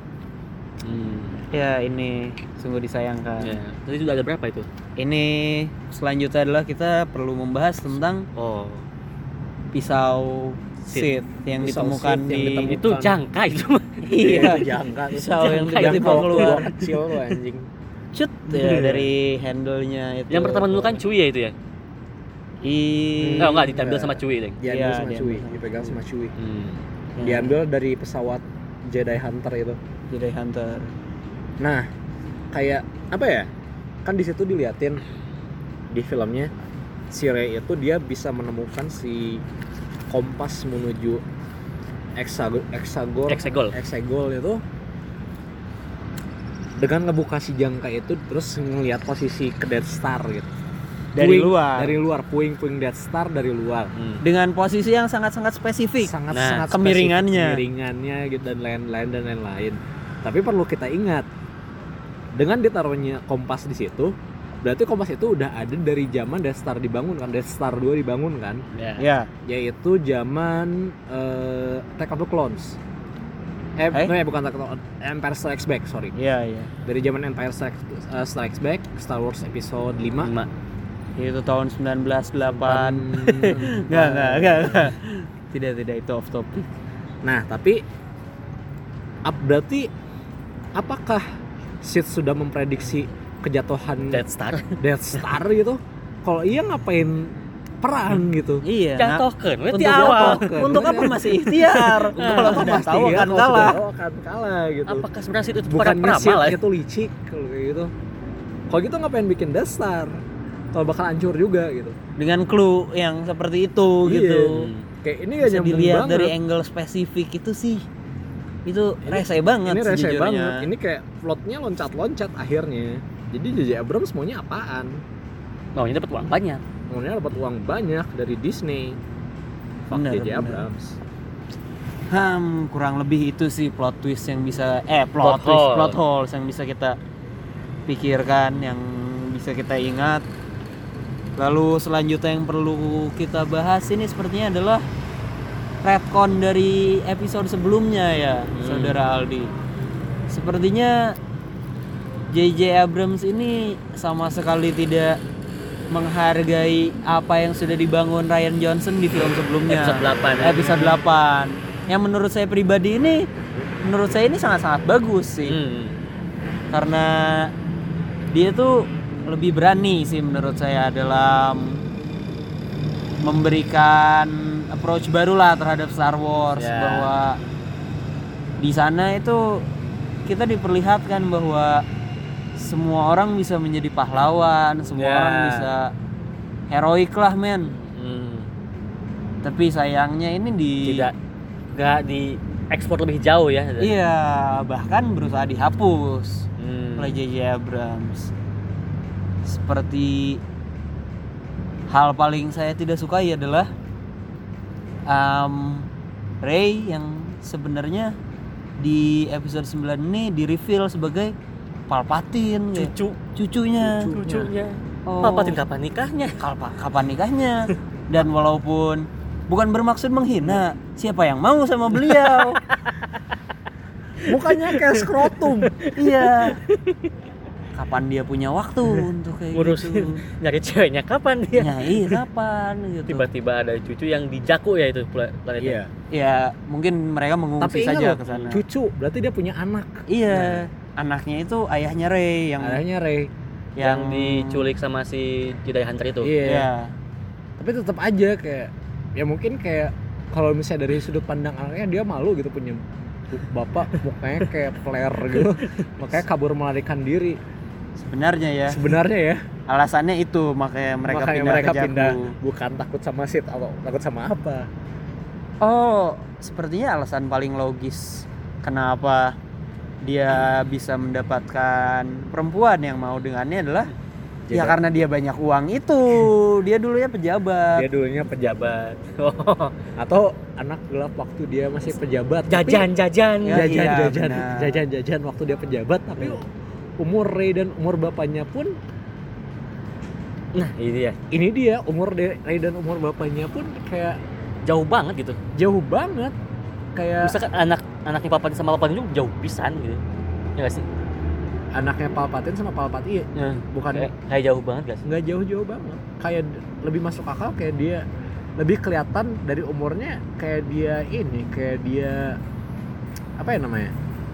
Ya ini sungguh disayangkan. Tadi sudah ada berapa itu? Ini selanjutnya adalah kita perlu membahas tentang pisau Sith yang ditemukan di itu jangka itu. Iya, jangka. Pisau yang tiba-tiba keluar kecil loh anjing. Cut ya dari handle-nya itu. Yang pertama dulu kan Chewie ya itu ya? Enggak diambil sama Chewie deh. Diambil sama Chewie, dipegang sama Chewie. Diambil dari pesawat Jedi Hunter itu. Jedi Hunter. Nah, kayak apa ya? Kan di situ diliatin di filmnya si Rey itu dia bisa menemukan si kompas menuju Exegol itu dengan ngebuka si jangka itu terus ngelihat posisi ke Death Star gitu. Dari luar, puing-puing Death Star dari luar. Dengan posisi yang sangat-sangat spesifik. Sangat kemiringannya gitu dan lain-lain. Tapi perlu kita ingat, dengan ditaruhnya kompas di situ, berarti kompas itu udah ada dari zaman Death Star dibangun kan, Death Star 2 dibangun kan? Ya. Yaitu zaman Attack of the Clones. Bukan Attack of the Clones, Empire Strikes Back, sorry. Iya. Dari zaman Empire Strikes Back, Star Wars episode 5. Itu tahun 1908. Enggak. Tidak itu off topic. Nah, tapi berarti apakah Sith sudah memprediksi kejatuhan Death Star gitu? Kalau iya ngapain perang gitu? Iya. Jatuhkan berarti awal. Untuk apa masih ikhtiar? Kalau sudah tahu akan kalah gitu. Apakah sebenarnya itu bukannya peramal itu licik kalau kayak gitu? Kalau gitu ngapain bikin Death Star? Kalau bakal hancur juga gitu. Dengan clue yang seperti itu gitu. Kayak ini gak nyambung dilihat banget. Dari angle spesifik itu sih. Itu rese banget ini rese sejujurnya. banget. Ini kayak plotnya loncat-loncat akhirnya. Jadi J.J. Abrams maunya apaan? Maunya dapat uang banyak. Maunya dapat uang banyak dari Disney. J.J. Abrams. Kurang lebih itu sih plot twist yang bisa plot holes yang bisa kita pikirkan, yang bisa kita ingat. Lalu selanjutnya yang perlu kita bahas ini sepertinya adalah retcon dari episode sebelumnya ya, Saudara Aldi. Sepertinya J.J. Abrams ini sama sekali tidak menghargai apa yang sudah dibangun Rian Johnson di film sebelumnya. Episode 8. Yang menurut saya pribadi ini sangat-sangat bagus sih. Karena dia tuh lebih berani sih menurut saya dalam memberikan approach baru lah terhadap Star Wars, bahwa di sana itu kita diperlihatkan bahwa semua orang bisa menjadi pahlawan, semua orang bisa heroik lah men. Tapi sayangnya ini nggak diekspor lebih jauh ya. Iya, bahkan berusaha dihapus oleh J.J. Abrams. Seperti hal paling saya tidak sukai adalah Rey yang sebenarnya di episode 9 ini di-reveal sebagai Palpatine, cucunya. Oh. Palpatine kapan nikahnya? Kapan nikahnya? Dan walaupun bukan bermaksud menghina, siapa yang mau sama beliau? Mukanya kayak skrotum. Iya. Kapan dia punya waktu untuk kayak ngurusin gitu? Nyari ceweknya kapan dia? Kapan gitu. Tiba-tiba ada cucu yang di Jakku ya itu planetnya. Ya, mungkin mereka mengungsi saja ke sana. Cucu, berarti dia punya anak. Iya. Anaknya itu ayahnya Rey yang diculik sama si Jedi Hunter itu. Iya. Tapi tetap aja kayak ya mungkin kayak kalau misalnya dari sudut pandang anaknya dia malu gitu punya bapak mukanya kayak flare gitu. Makanya kabur melarikan diri. Sebenarnya ya. Alasannya itu makanya mereka pindah. Bukan takut sama Sith atau takut sama apa. Oh, sepertinya alasan paling logis kenapa dia bisa mendapatkan perempuan yang mau dengannya adalah ya karena dia banyak uang itu. Dia dulunya pejabat. Atau anak gelap waktu dia masih pejabat. Jajan waktu dia pejabat. Tapi umur Rey dan umur bapaknya pun. Nah ini dia umur Rey dan umur bapaknya pun kayak jauh banget gitu. Jauh banget. Kayak misalkan anaknya Palpatine sama Palpatine itu jauh pisan gitu. Ya nggak sih? Anaknya Palpatine sama Palpatine bukan kayak jauh banget gak sih? Nggak jauh banget. Kayak lebih masuk akal, kayak dia lebih kelihatan dari umurnya kayak dia apa ya namanya?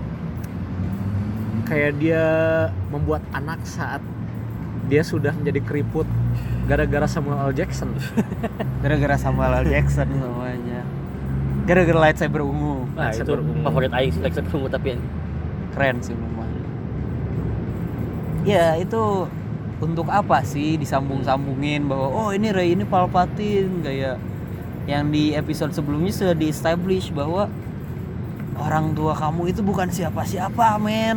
Kayak dia membuat anak saat dia sudah menjadi keriput gara-gara Samuel L. Jackson. Gara-gara Samuel L. Jackson namanya. Gara-gara lightsaber ungu. Nah, itu favorit Aing lightsaber ungu tapi keren sih memang. Ya itu untuk apa sih disambung-sambungin bahwa ini Rey ini Palpatine, kayak yang di episode sebelumnya sudah di-establish bahwa orang tua kamu itu bukan siapa-siapa men.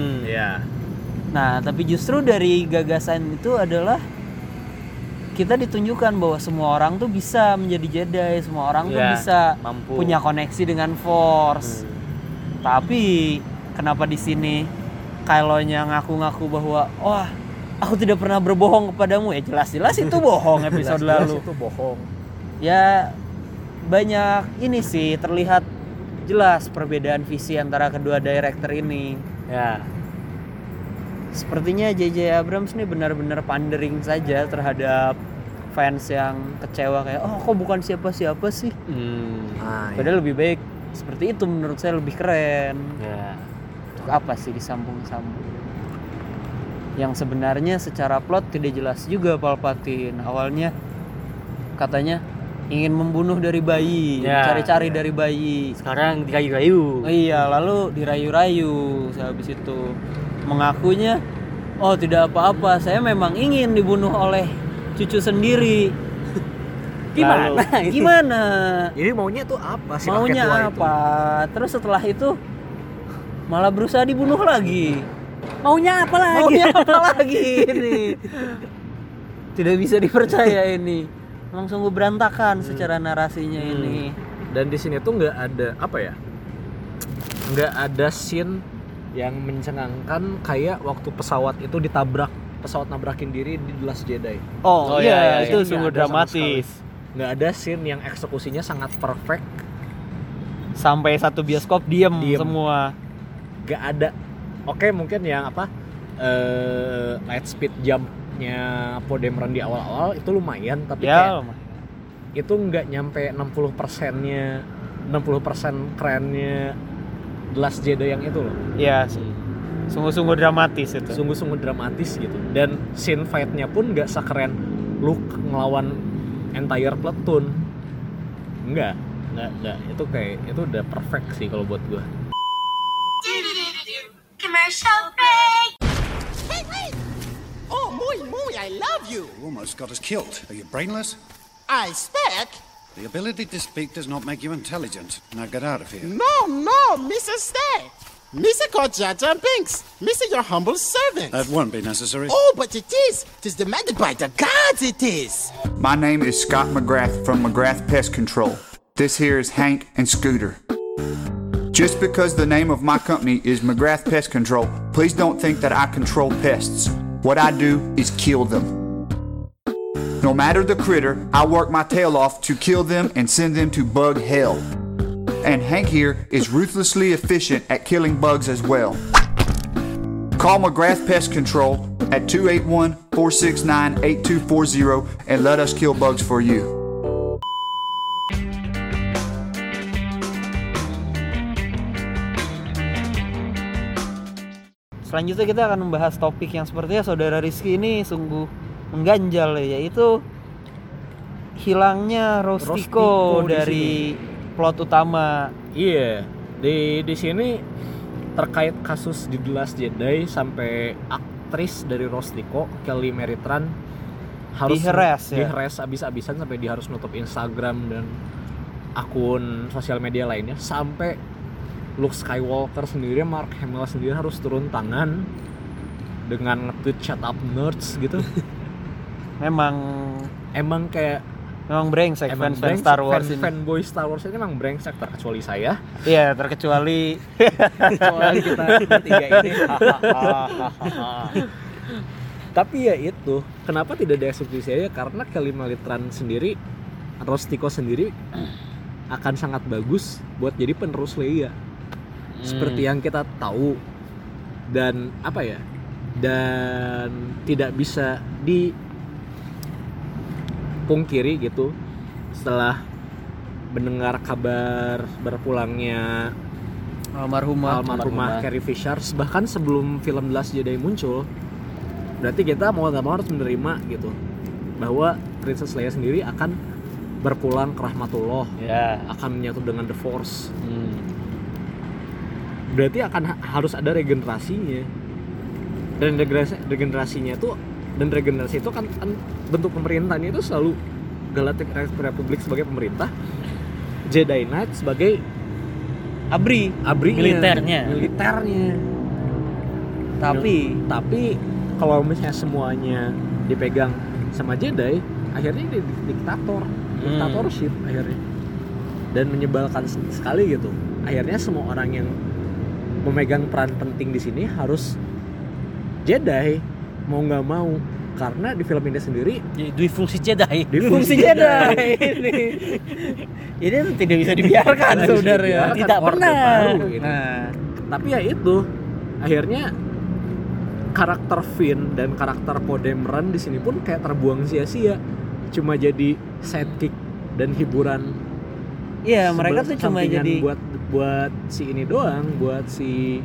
Nah tapi justru dari gagasan itu adalah kita ditunjukkan bahwa semua orang tuh bisa menjadi Jedi, semua orang tuh bisa punya koneksi dengan Force. Tapi kenapa di sini Kylo-nya ngaku-ngaku bahwa aku tidak pernah berbohong kepadamu? Ya jelas-jelas itu bohong episode lalu. Itu bohong. Ya banyak ini sih terlihat jelas perbedaan visi antara kedua director ini. Ya. Sepertinya J.J. Abrams nih benar-benar pandering saja terhadap fans yang kecewa kayak kok bukan siapa-siapa sih. Padahal lebih baik seperti itu, menurut saya lebih keren. Untuk apa sih disambung-sambung? Yang sebenarnya secara plot tidak jelas juga Palpatine. Awalnya katanya ingin membunuh dari bayi, cari-cari dari bayi. Sekarang dirayu-rayu. Iya, lalu dirayu-rayu. Habis itu mengakunya, tidak apa-apa, saya memang ingin dibunuh oleh cucu sendiri. Gimana? Ini maunya tuh apa sih? Maunya apa? Itu? Terus setelah itu malah berusaha dibunuh lagi. Maunya apa lagi ini? Tidak bisa dipercaya ini. Langsung berantakan secara narasinya ini. Dan di sini tuh nggak ada nggak ada scene yang mencengangkan kayak waktu pesawat itu nabrakin diri di The Last Jedi. Itu sungguh dramatis. Nggak ada scene yang eksekusinya sangat perfect sampai satu bioskop diem. Semua. Gak ada. Oke, mungkin yang light speed jumpnya Podemeran di awal-awal itu lumayan, tapi Ya, itu nggak nyampe 60%-nya 60% kerennya The Last Jedi yang itu loh. Iya, sungguh-sungguh dramatis itu. Sungguh-sungguh dramatis gitu. Dan scene fight-nya pun nggak sekeren Luke ngelawan entire platoon. Enggak. Itu itu udah perfect sih kalau buat gua. Commercial break. Wait! Oh, muy, I love you. You almost got us killed. Are you brainless? I speak. The ability to speak does not make you intelligent. Now get out of here. No, Mr. Stay. Mr. called Jar Jar Binks. Mr. your humble servant. That won't be necessary. Oh, but it is. It is demanded by the gods, it is. My name is Scott McGrath from McGrath Pest Control. This here is Hank and Scooter. Just because the name of my company is McGrath Pest Control, please don't think that I control pests. What I do is kill them. No matter the critter, I work my tail off to kill them and send them to bug hell. And Hank here is ruthlessly efficient at killing bugs as well. Call McGrath Pest Control at 281-469-8240 and let us kill bugs for you. Selanjutnya kita akan membahas topik yang sepertinya saudara Rizky ini sungguh mengganjal ya, yaitu hilangnya Rostico dari plot utama. Iya, di sini terkait kasus di The Last Jedi sampai aktris dari Rostico, Kelly Maritran, harus diheres abis-abisan sampai dia harus nutup Instagram dan akun sosial media lainnya, sampai Luke Skywalker sendiri, Mark Hamill sendiri harus turun tangan dengan nge-tweet "shut up nerds" gitu. Emang kayak brengsek fans Star Wars ini. Fanboy Star Wars ini emang brengsek, terkecuali saya. Iya, terkecuali kita bertiga ini. Tapi ya itu, kenapa tidak dieksekusi aja? Karena Kelly Maritran sendiri, Rostico sendiri akan sangat bagus buat jadi penerus Leia. Seperti yang kita tahu, dan dan tidak bisa dipungkiri gitu, setelah mendengar kabar berpulangnya almarhumah Carrie Fisher, bahkan sebelum film The Last Jedi muncul, berarti kita mau nggak mau harus menerima gitu bahwa Princess Leia sendiri akan berpulang ke rahmatullah, akan menyatu dengan The Force. Berarti harus ada regenerasinya, dan regenerasi itu kan bentuk pemerintahnya itu selalu Galactic Republic sebagai pemerintah, Jedi Knight sebagai abri militernya. Tapi kalau misalnya semuanya dipegang sama Jedi, akhirnya jadi diktatorship akhirnya, dan menyebalkan sekali gitu. Akhirnya semua orang yang memegang peran penting di sini harus Jedi, mau nggak mau, karena di film ini sendiri difungsi Jedi ini tidak bisa dibiarkan sebenarnya, tidak pernah gitu. Tapi ya itu, akhirnya karakter Finn dan karakter Podemeran di sini pun kayak terbuang sia-sia, cuma jadi sidekick dan hiburan. Iya, mereka tuh cuma jadi buat si ini doang, buat si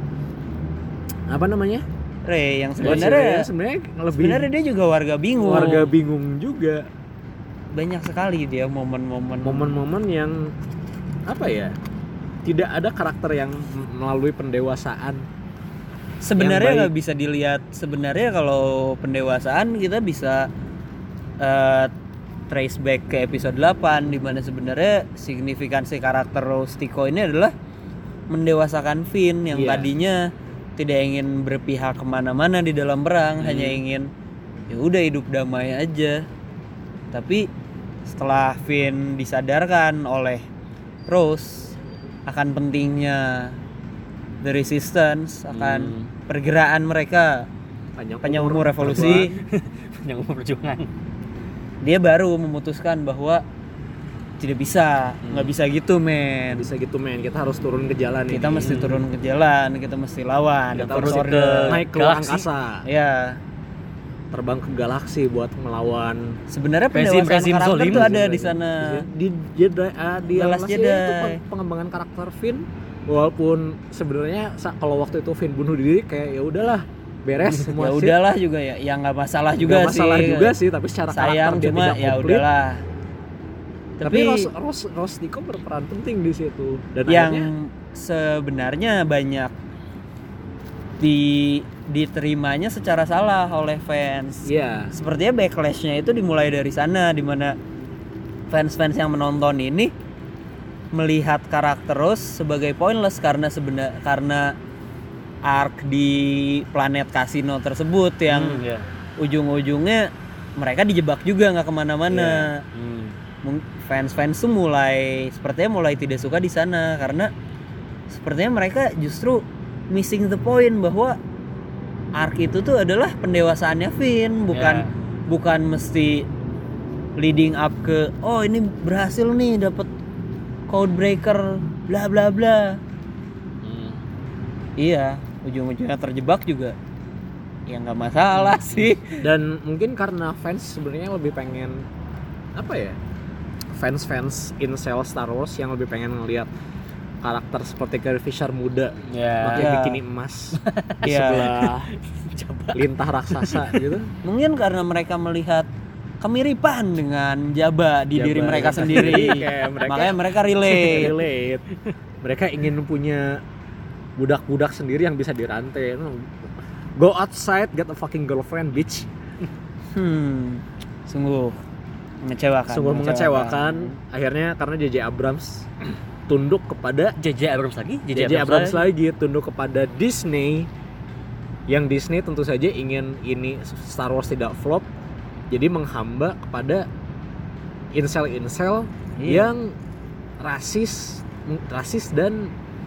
Rey, yang sebenarnya dia juga warga bingung juga. Banyak sekali dia momen-momen yang tidak ada karakter yang melalui pendewasaan. Sebenarnya nggak bisa dilihat. Sebenarnya kalau pendewasaan kita bisa trace back ke episode 8, di mana sebenarnya signifikansi karakter Rostico ini adalah mendewasakan Finn yang tadinya tidak ingin berpihak kemana-mana di dalam perang, hanya ingin ya udah hidup damai aja. Tapi setelah Finn disadarkan oleh Rose akan pentingnya The Resistance, akan pergerakan mereka panjang umur revolusi, panjang umur perjuangan, dia baru memutuskan bahwa tidak bisa, nggak bisa gitu men. Bisa gitu men, kita harus turun ke jalan. Kita mesti turun ke jalan, kita mesti lawan. Kita harus naik ke angkasa. Ya. Terbang ke galaksi buat melawan. Sebenarnya pendewasaan karakter tuh ada di sana. Di Last Jedi itu pengembangan karakter Finn. Walaupun sebenarnya kalau waktu itu Finn bunuh diri kayak ya udahlah beres semua. Ya udahlah juga ya, nggak masalah juga sih. Masalah juga sih, tapi secara sayang karakter cuma dia tidak ya komplit. udahlah. Tapi Ross Nico berperan penting di situ. Dan yang sebenarnya banyak diterimanya secara salah oleh fans. Iya. Sepertinya backlash-nya itu dimulai dari sana, di mana fans-fans yang menonton ini melihat karakter Ross sebagai pointless karena arc di planet kasino tersebut yang ujung-ujungnya mereka dijebak juga nggak kemana-mana. Fans-fans tuh sepertinya mulai tidak suka di sana karena sepertinya mereka justru missing the point bahwa arc itu tuh adalah pendewasaannya Finn, bukan mesti leading up ke ini berhasil nih dapat Codebreaker bla bla bla. Iya, ujung-ujungnya terjebak juga. Ya nggak masalah sih. Dan mungkin karena fans sebenarnya lebih pengen fans incel Star Wars yang lebih pengen ngelihat karakter seperti Carrie Fisher muda pakai bikini emas di sebelah lintah raksasa gitu. Mungkin karena mereka melihat kemiripan dengan Jabba di diri mereka sendiri. Makanya mereka relate. Mereka ingin punya budak-budak sendiri yang bisa dirantai. Go outside, get a fucking girlfriend, bitch. Sungguh mengecewakan. Akhirnya karena J.J. Abrams tunduk kepada J.J. Abrams lagi tunduk kepada Disney. Yang Disney tentu saja ingin ini Star Wars tidak flop. Jadi menghamba kepada incel yang rasis dan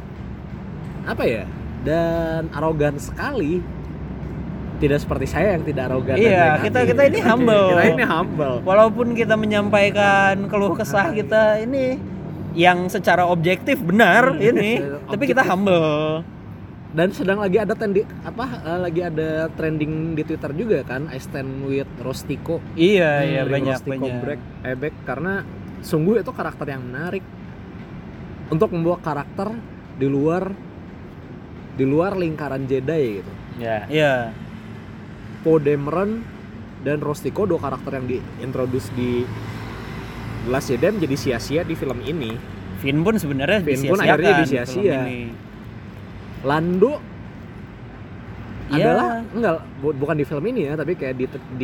dan arogan sekali. Tidak seperti saya yang tidak arogan. Iya, kita ini humble. Kita ini humble. Walaupun kita menyampaikan keluh kesah kita ini yang secara objektif benar ini, tapi kita humble. Dan sedang lagi ada trending di Twitter juga kan, I stand with Rostico. Iya, banyak. Back karena sungguh itu karakter yang menarik untuk membawa karakter di luar lingkaran Jedi gitu. Iya. Poe Dameron dan Rostico, dua karakter yang diintroduce di The Last Jedi menjadi sia-sia di film ini. Finn pun akhirnya disia-sia. Lando adalah bukan di film ini ya, tapi kayak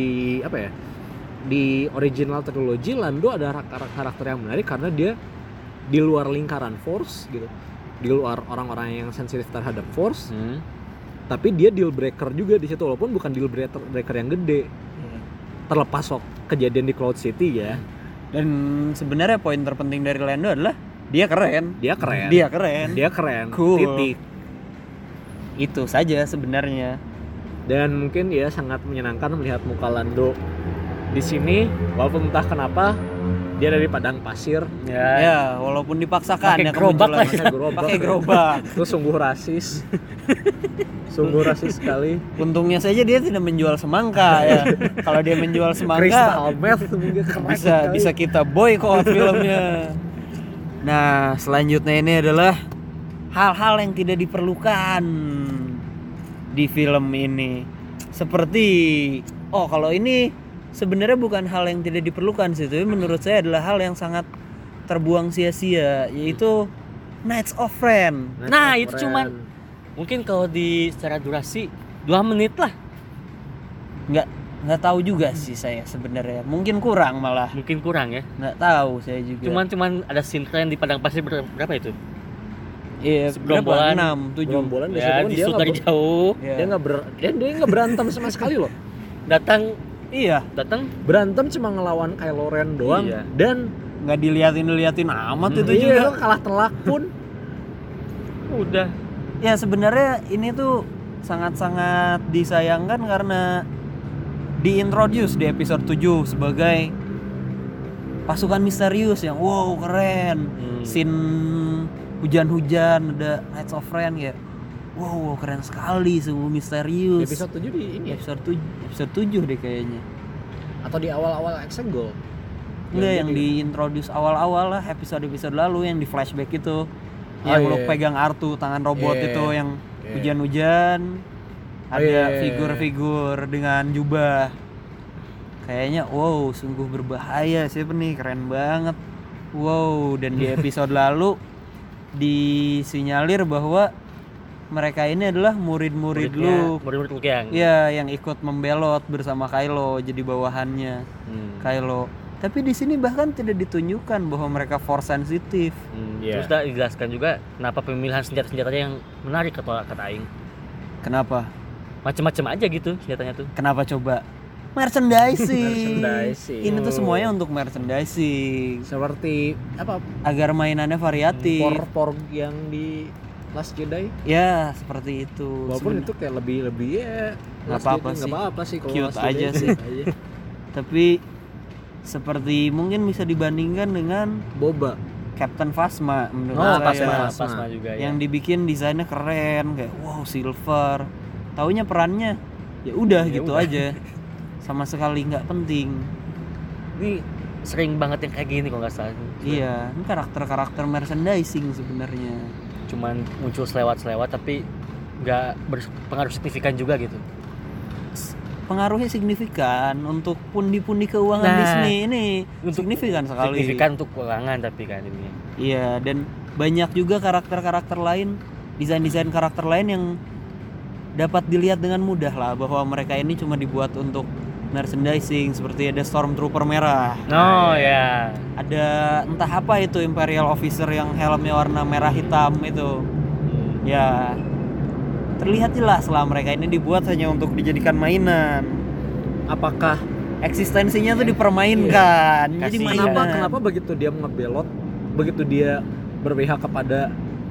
di original trilogy Lando ada karakter yang menarik karena dia di luar lingkaran Force gitu, di luar orang-orang yang sensitif terhadap Force, tapi dia deal breaker juga di situ walaupun bukan deal breaker yang gede, terlepas kejadian di Cloud City ya. Dan sebenarnya poin terpenting dari Lando adalah dia keren. Cool. Titik. Itu saja sebenarnya. Dan mungkin ya sangat menyenangkan melihat muka Lando di sini walaupun entah kenapa dia dari padang pasir. Ya, walaupun dipaksakan pakai gerobak. Itu sungguh rasis. Sungguh rasis sekali. Untungnya saja dia tidak menjual semangka ya. Kalau dia menjual semangka, bisa kita boykot filmnya. Nah, selanjutnya ini adalah hal-hal yang tidak diperlukan di film ini. Seperti kalau ini sebenarnya bukan hal yang tidak diperlukan sih, tapi menurut saya adalah hal yang sangat terbuang sia-sia, yaitu Knights of Ren. Itu cuman mungkin kalau di secara durasi 2 menit lah. Nggak tahu juga sih saya sebenarnya. Mungkin kurang malah. Mungkin kurang ya. Nggak tahu saya juga. Cuman ada scene keren di padang pasir berapa itu? Iya, berapa? 6, 7. Gerombolan ya, dia dari jauh. Dia nggak berantem sama sekali loh. Datang berantem cuma ngelawan Kylo Ren doang. Dan nggak diliatin amat itu juga. Kalah telak pun. Udah. Ya sebenarnya ini tuh sangat-sangat disayangkan karena diintroduce di episode 7 sebagai pasukan misterius yang wow keren. Scene hujan-hujan ada Knights of Ren kayak wow keren sekali, sungguh misterius. Episode 7 di ini episode 7 deh kayaknya. Atau di awal-awal Exegol? Enggak, yang diintroduce awal-awal lah, episode-episode lalu yang di flashback itu. Yang lu pegang Artu, tangan robot itu yang hujan-hujan. Ada figur-figur dengan jubah. Kayaknya wow, sungguh berbahaya sih nih, keren banget. Wow, dan di episode lalu disinyalir bahwa mereka ini adalah murid-murid Luke. Murid-murid Luke yang. Iya, yang ikut membelot bersama Kylo jadi bawahannya. Kylo. Tapi di sini bahkan tidak ditunjukkan bahwa mereka force sensitif. Terus dijelaskan juga kenapa pemilihan senjata-senjatanya yang menarik kata Aing. Kenapa? Macam-macam aja gitu senjatanya tuh. Kenapa coba? Merchandising. Ini tuh semuanya untuk merchandising. Seperti apa? Agar mainannya variatif. Porg yang di Last Jedi. Ya, seperti itu. Walaupun itu kayak lebih ya. Nggak apa-apa sih. Kalau cute aja sih. Tapi seperti mungkin bisa dibandingkan dengan Boba, Captain Phasma menurut saya. Phasma juga yang dibikin desainnya keren kayak wow silver. Taunya perannya ya udah gitu aja. Sama sekali nggak penting. Ini sering banget yang kayak gini kalau nggak salah. Iya, ini karakter-karakter merchandising sebenarnya. Cuman muncul selewat-selewat tapi nggak berpengaruh signifikan juga gitu. Pengaruhnya signifikan untuk pundi-pundi keuangan Disney ini signifikan sekali. Signifikan untuk keuangan tapi kan ini. Iya, dan banyak juga karakter-karakter lain, desain-desain karakter lain yang dapat dilihat dengan mudah lah bahwa mereka ini cuma dibuat untuk merchandising. Seperti ada Stormtrooper merah. Oh ya. Ada entah apa itu Imperial Officer yang helmnya warna merah hitam itu. Ya. Terlihat jelas lah mereka ini dibuat hanya untuk dijadikan mainan. Apakah eksistensinya tuh dipermainkan? Jadi mainan. Kenapa begitu dia ngebelot, begitu dia berpihak kepada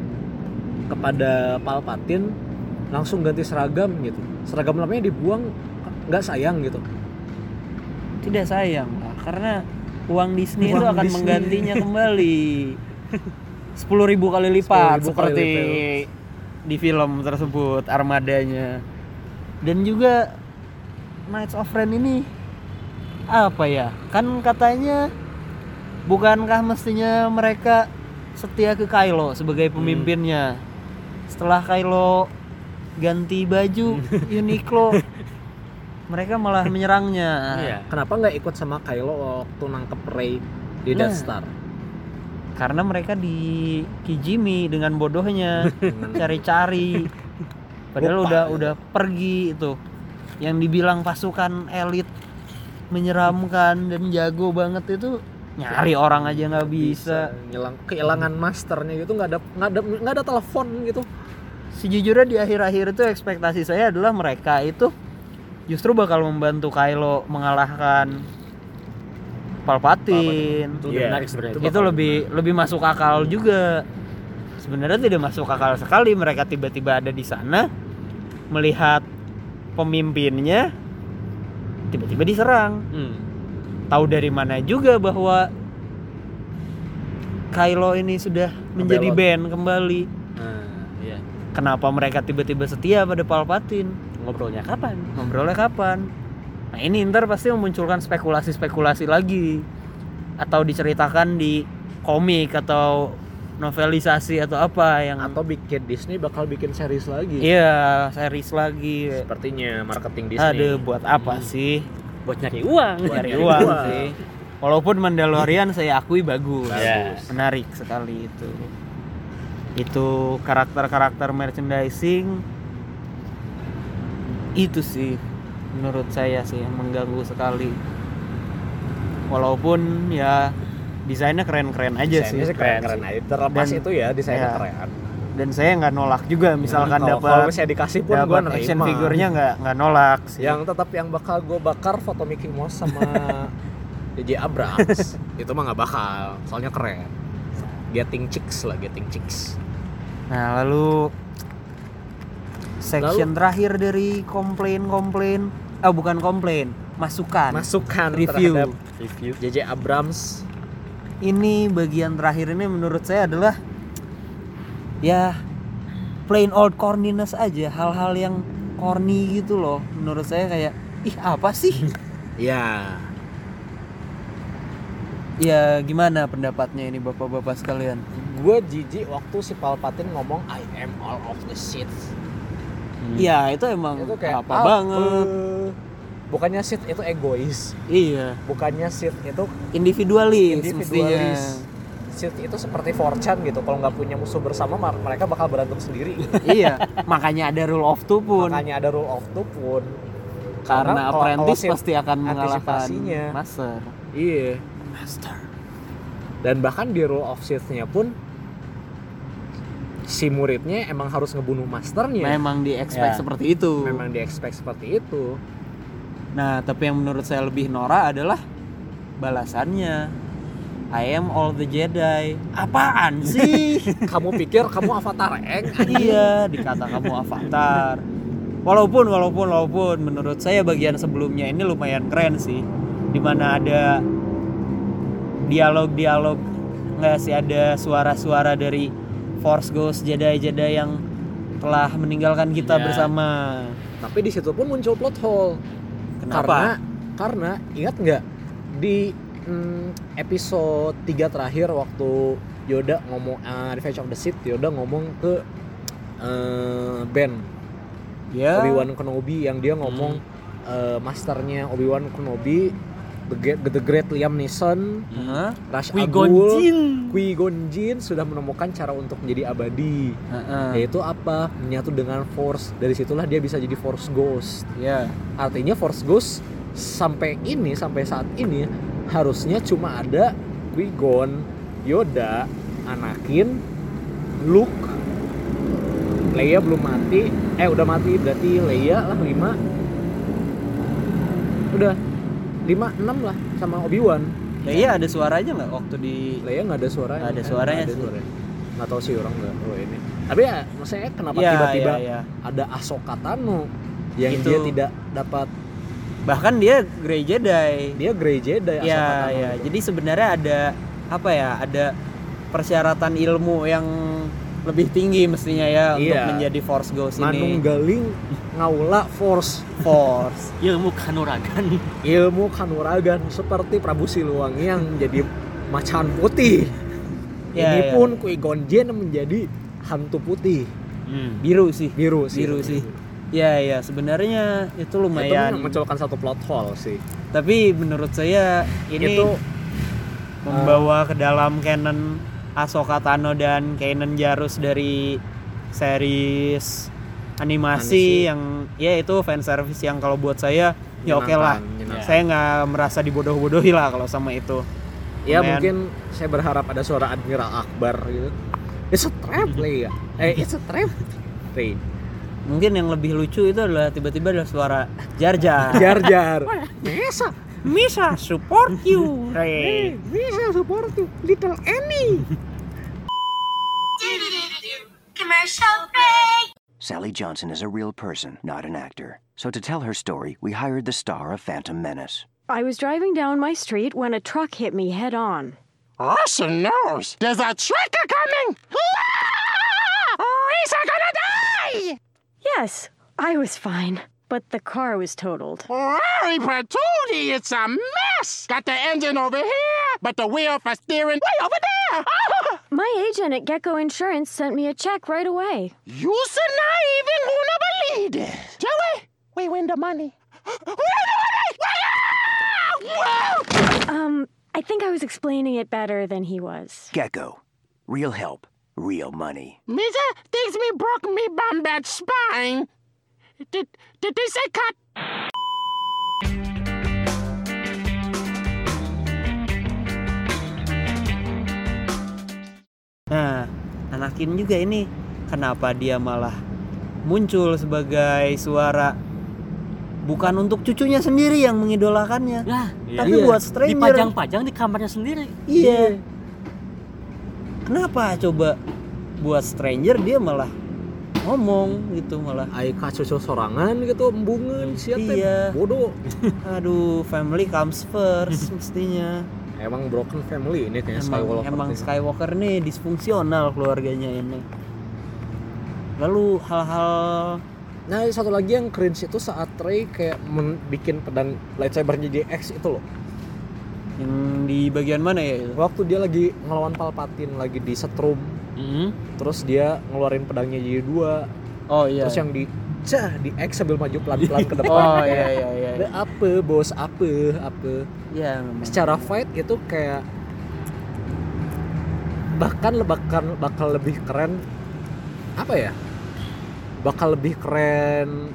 Palpatine langsung ganti seragam gitu. Seragam lamanya dibuang, nggak sayang gitu? Tidak sayang lah, karena uang Disney itu akan menggantinya kembali 10.000 kali lipat seperti di film tersebut armadanya. Dan juga Knights of Ren ini apa ya, kan katanya bukankah mestinya mereka setia ke Kylo sebagai pemimpinnya. Setelah Kylo ganti baju Uniqlo mereka malah menyerangnya. Kenapa nggak ikut sama Kylo waktu nangkep Rey di Death Star? Karena mereka di Kijimi dengan bodohnya cari-cari. Padahal udah pergi itu. Yang dibilang pasukan elit menyeramkan dan jago banget itu nyari orang aja nggak bisa. Kehilangan masternya gitu, nggak ada telepon gitu. Sejujurnya di akhir-akhir itu ekspektasi saya adalah mereka itu justru bakal membantu Kylo mengalahkan Palpatine. Itu lebih masuk akal juga. Sebenarnya tidak masuk akal sekali mereka tiba-tiba ada di sana melihat pemimpinnya tiba-tiba diserang. Tahu dari mana juga bahwa Kylo ini sudah menjadi band kembali. Kenapa mereka tiba-tiba setia pada Palpatine? Ngobrolnya kapan? Nah ini ntar pasti memunculkan spekulasi-spekulasi lagi. Atau diceritakan di komik atau novelisasi atau apa yang... Atau bikin Disney bakal bikin series lagi. Iya, series lagi. Sepertinya marketing Disney. Aduh, buat apa sih? Buat nyari uang. Nyari uang sih. Walaupun Mandalorian saya akui bagus. Menarik sekali itu. Itu karakter-karakter merchandising itu sih menurut saya sih yang mengganggu sekali. Walaupun ya desainnya keren-keren aja sih. Keren aja. Terlepas itu ya desainnya keren. Dan saya nggak nolak juga misalkan dapat saya dikasih pun gue nerima. Action figurnya nggak nolak sih. Yang tetap yang bakal gue bakar foto Mickey Mouse sama J.J. Abrams. Itu mah nggak bakal, soalnya keren. Getting chicks. Nah lalu section terakhir dari masukan review terhadap J.J. Abrams ini bagian terakhir ini menurut saya adalah ya plain old corniness aja, hal-hal yang corny gitu loh. Menurut saya kayak ih apa sih? Ya. Ya gimana pendapatnya ini bapak-bapak sekalian? Gue jijik waktu si Palpatine ngomong I am all of the Sith. Iya itu emang Itu kayak apa banget. Bukannya Sith itu egois. Iya. Bukannya Sith itu individualis. Mestinya. Sith itu seperti 4chan gitu. Kalau nggak punya musuh bersama mereka bakal berantem sendiri. Iya. Makanya ada rule of two pun. Karena apprentice pasti akan mengalahkan master. Iya. Master. Dan bahkan di rule of Sith-nya pun si muridnya emang harus ngebunuh masternya. Memang di-expect seperti itu. Memang di-expect seperti itu. Nah, tapi yang menurut saya lebih norak adalah balasannya. I am all the Jedi. Apaan sih? Kamu pikir kamu Avatar Eng? Iya, dikata kamu Avatar. Walaupun menurut saya bagian sebelumnya ini lumayan keren sih. Dimana ada dialog nggak sih, ada suara-suara dari Force Ghost Jedi-Jedi yang telah meninggalkan kita bersama. Tapi di situ pun muncul plot hole. Kenapa? Karena ingat nggak di episode 3 terakhir waktu Yoda ngomong Revenge of the Sith, Yoda ngomong ke Ben Obi-Wan Kenobi yang dia ngomong masternya Obi-Wan Kenobi The Great Liam Neeson, Ra's al Ghul, Qui-Gon Jinn sudah menemukan cara untuk menjadi abadi, yaitu apa? Menyatu dengan Force. Dari situlah dia bisa jadi Force Ghost. Artinya Force Ghost sampai saat ini harusnya cuma ada Qui-Gon, Yoda, Anakin, Luke, Leia belum mati. Udah mati berarti Leia lah 5. Udah 5, 6 lah sama Obi-Wan. Leia ada suaranya nggak waktu di Leia nggak ada suaranya. Ada suaranya sih. Nggak tahu sih orang nggak. Ini. Tapi ya maksudnya kenapa tiba-tiba ada Ahsoka Tano yang itu. Dia tidak dapat. Bahkan dia Grey Jedi. Dia Grey Jedi. Iya. Jadi sebenarnya ada apa ya? Ada persyaratan ilmu yang lebih tinggi mestinya ya untuk menjadi Force Ghost ini. Manunggaling ngaula Force. Ilmu kanuragan seperti Prabu Siliwangi yang jadi macan putih. Ini pun Qui-Gon Jinn menjadi hantu putih. Biru sih. Ya sebenarnya itu lumayan. Itu mencolokkan satu plot hole sih. Tapi menurut saya ini itu membawa ke dalam canon Ahsoka Tano dan Kanan Jarrus dari series animasi yang ya itu fan service yang kalau buat saya ya oke lah. Saya nggak merasa dibodoh-bodohi lah kalau sama itu. Ya mungkin saya berharap ada suara Admiral Akbar gitu. It's a trap Leia. It's a trap. Mungkin yang lebih lucu itu adalah tiba-tiba ada suara Jar Jar. Misa support you. Misa support you, little Annie. Commercial break. Sally Johnson is a real person, not an actor. So to tell her story, we hired the star of Phantom Menace. I was driving down my street when a truck hit me head on. Awesome news! There's a trucker coming! Risa gonna die! Yes, I was fine. But the car was totaled. Hurry, Patootie, it's a mess! Got the engine over here, but the wheel for steering way over there! My agent at Gecko Insurance sent me a check right away. You should not even gonna believe this. Joey, we win the money. I think I was explaining it better than he was. Gecko. Real help. Real money. Misa thinks me broke me bad spine. Did they say cut? Nah, Anakin juga ini kenapa dia malah muncul sebagai suara bukan untuk cucunya sendiri yang mengidolakannya, tapi buat stranger. Dipajang-pajang di kamarnya sendiri. Iya. Kenapa coba buat stranger dia malah ngomong gitu, malah Aika cucu sorangan gitu embungan siapa bodoh. Aduh, family comes first mestinya. Emang broken family ini kayak Emang Skywalker nih disfungsional keluarganya ini. Lalu hal-hal satu lagi yang cringe itu saat Rey kayak bikin pedang lightsabernya jadi X itu loh. Yang di bagian mana ya itu? Waktu dia lagi ngelawan Palpatine lagi di setrum. Terus dia ngeluarin pedangnya jadi 2. Oh iya. Terus yang di X sambil maju pelan-pelan ke depan. Oh iya. Apa bos apa. Ya memang. Secara fight itu kayak bahkan bakal lebih keren apa ya? Bakal lebih keren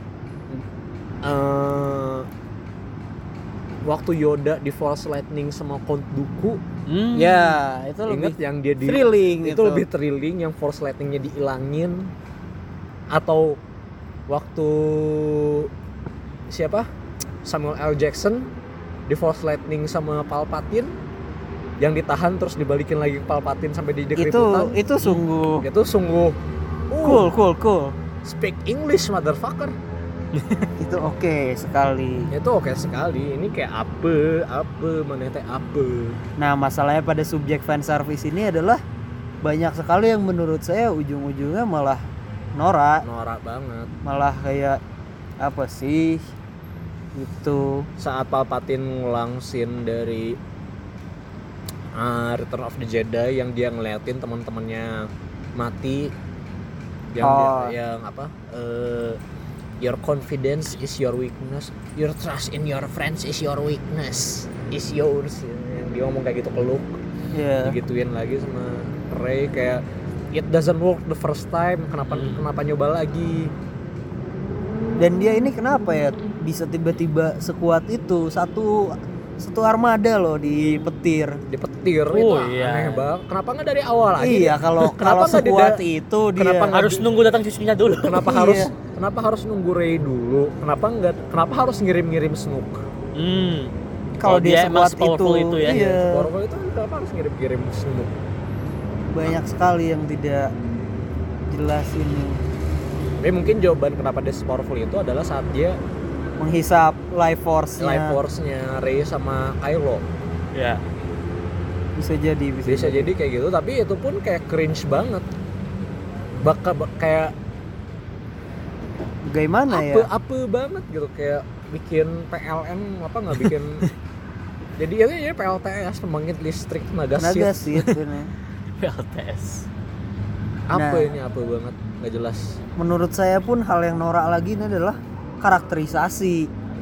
waktu Yoda di Force Lightning sama Count Dooku. Ya, itu ingat lebih yang dia di thrilling itu lebih thrilling yang Force Lightningnya dihilangin. Atau waktu siapa? Samuel L. Jackson di Force Lightning sama Palpatine yang ditahan terus dibalikin lagi ke Palpatine sampai di keributan. Itu sungguh cool. Speak English motherfucker. Itu oke sekali. Ini kayak apa mana teh apa. Nah, masalahnya pada subjek fan service ini adalah banyak sekali yang menurut saya ujung-ujungnya malah norak banget. Malah kayak apa sih itu saat Palpatine ngulang scene dari Return of the Jedi yang dia ngeliatin teman-temannya mati yang apa your confidence is your weakness, your trust in your friends is your weakness, is yours. Yang dia ngomong kayak gitu ke Luke. Digituin lagi sama Rey kayak it doesn't work the first time, kenapa nyoba lagi. Dan dia ini kenapa ya bisa tiba-tiba sekuat itu, satu armada loh dipetir itu aneh banget. Kenapa nggak dari awal aja? Iya, kalau sekuat itu dia kenapa harus nunggu datang cucunya dulu? Kenapa harus nunggu Rey dulu? Kenapa harus ngirim Snoke? Kalau dia sekuat itu ya. Powerful itu kenapa harus ngirim Snoke? Banyak sekali yang tidak jelas ini. Tapi mungkin jawaban kenapa dia powerful itu adalah saat dia menghisap life force-nya Rey sama Kylo. Ya. Bisa jadi kayak gitu, tapi itu pun kayak cringe banget. Kayak bagaimana ya? Apa banget gitu, kayak bikin PLN apa enggak bikin jadi ya PLTS, pembangkit listrik tenaga sih ini. PLTS. Ini apa banget, enggak jelas. Menurut saya pun hal yang norak lagi ini adalah karakterisasi,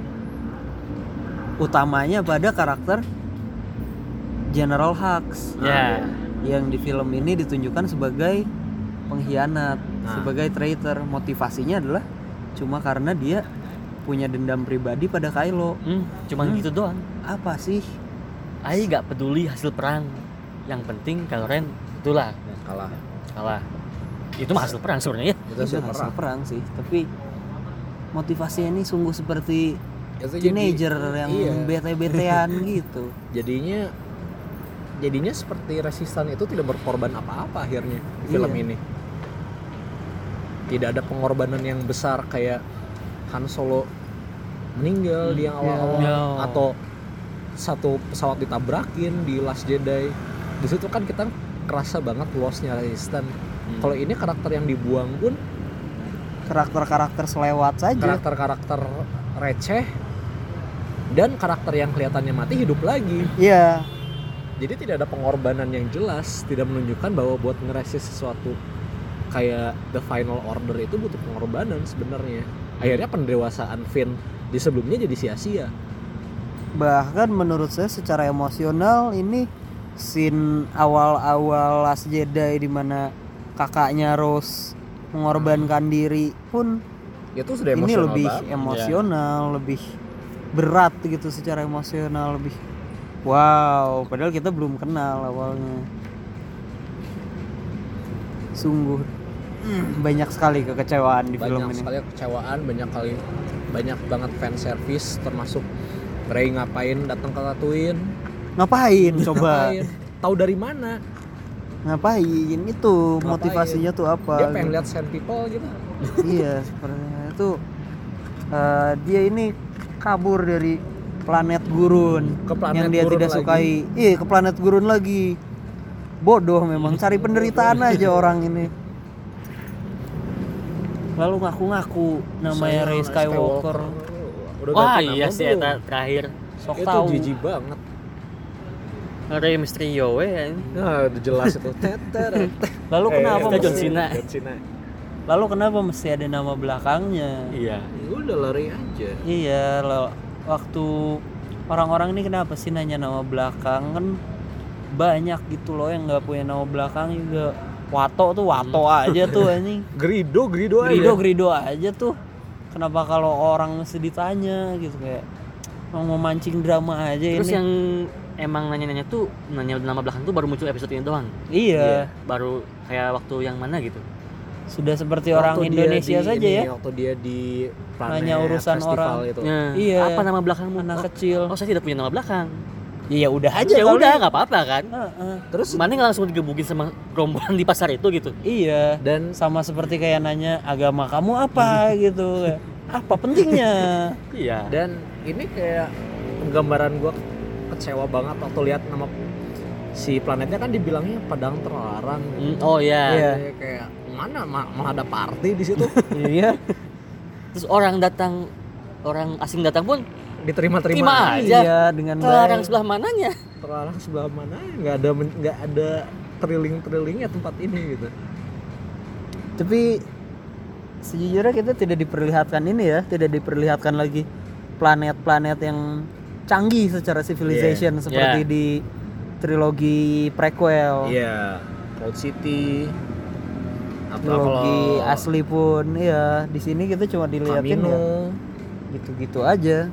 utamanya pada karakter General Hux yang di film ini ditunjukkan sebagai pengkhianat, sebagai traitor. Motivasinya adalah cuma karena dia punya dendam pribadi pada Kylo. Cuman gitu doang. Apa sih? Ai gak peduli hasil perang, yang penting Kylo Ren itulah kalah. Itu mah hasil perang sebenarnya ya. Itu hasil perang sih, tapi motivasinya ini sungguh seperti teenager yang bete-betean gitu. Jadinya seperti Resistance itu tidak berkorban apa-apa akhirnya di film ini. Tidak ada pengorbanan yang besar kayak Han Solo meninggal di yang awal-awal atau satu pesawat ditabrakin di Last Jedi. Di situ kan kita kerasa banget loss-nya Resistance. Kalau ini karakter yang dibuang pun karakter selewat saja. Karakter receh dan karakter yang kelihatannya mati hidup lagi. Iya. Jadi tidak ada pengorbanan yang jelas, tidak menunjukkan bahwa buat ngeresist sesuatu kayak The Final Order itu butuh pengorbanan sebenarnya. Akhirnya pendewasaan Finn di sebelumnya jadi sia-sia. Bahkan menurut saya secara emosional ini scene awal-awal Last Jedi di mana kakaknya Rose mengorbankan diri pun itu sudah ini lebih banget. Emosional, lebih berat gitu secara emosional, lebih wow, padahal kita belum kenal awalnya. Sungguh banyak sekali kekecewaan di film ini. Banyak sekali kekecewaan, banyak banget fan service, termasuk Rey ngapain datang ke Tatooine? Ngapain coba? Tahu dari mana? Ngapain itu? Motivasinya tuh apa? Dia pengen lihat Sand People gitu. Iya, sepertinya itu dia ini kabur dari planet gurun Ke planet yang dia gurun tidak lagi. sukai. Iya, ke planet gurun lagi. Bodoh memang, cari penderitaan aja orang ini. Lalu ngaku-ngaku namanya Saya Rey Skywalker. Udah Wah ganti iya nama sih belum? eta terakhir. Sok Itu tahu. jijik banget. Rey Mysterio ya. Nah, udah jelas itu. Lalu kenapa John mesti Cena. John Cena. Lalu kenapa mesti ada nama belakangnya? Iya. Ya udah lari aja. Iya, waktu orang-orang ini kenapa sih nanya nama belakang, kan banyak gitu loh yang nggak punya nama belakang juga. Wato tuh Wato aja tuh anjing. Grido aja. Grido aja tuh. Kenapa kalau orang mesti ditanya gitu, kayak mau mancing drama aja. Terus ini yang emang nanya-nanya tuh nanya nama belakang tuh baru muncul episode ini doang. Iya. Baru kayak waktu yang mana gitu. Sudah seperti orang Indonesia saja ya. Waktu dia di planet Nanya urusan festival orang itu. Iya. Apa nama belakangmu? Anak kecil. Oh, saya tidak punya nama belakang. Iya udah aja. Ya kali. udah nggak apa-apa kan. Terus mana nggak langsung digebukin sama rombongan di pasar itu gitu. Iya. Dan sama seperti kayak nanya agama kamu apa gitu. Apa pentingnya? Iya. Dan ini kayak gambaran gue kecewa banget waktu lihat nama si planetnya kan dibilangnya padang terlarang. Oh iya. Kayak mana malah ada party di situ. Iya. Terus orang asing datang pun diterima-terima aja. Iya, dengan terlarang sebelah mananya? Terlarang sebelah mana? Nggak ada thrilling-thrillingnya tempat ini gitu. Tapi sejujurnya kita tidak diperlihatkan ini ya, tidak diperlihatkan lagi planet-planet yang canggih secara civilization seperti di trilogi prequel. Iya, Cloud City. Trilogi asli pun ya, di sini kita cuma dilihatin ya gitu-gitu aja.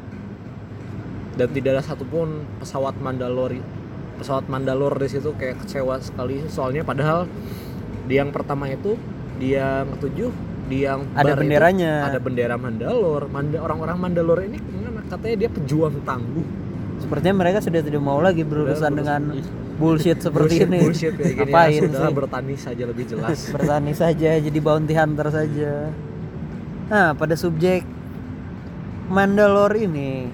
Dan tidak ada satupun pesawat Mandalore di situ, kayak kecewa sekali soalnya padahal di yang pertama itu, di yang ketujuh, di yang ada benderanya, ada bendera Mandalore. Orang-orang Mandalore ini katanya dia pejuang tangguh. Sepertinya mereka sudah tidak mau lagi berurusan dengan bullshit seperti ini. Bullshit kayak gini. Ngapain sudah sih? bertani saja lebih jelas. Bertani saja, jadi bounty hunter saja. Nah, pada subjek Mandalore ini,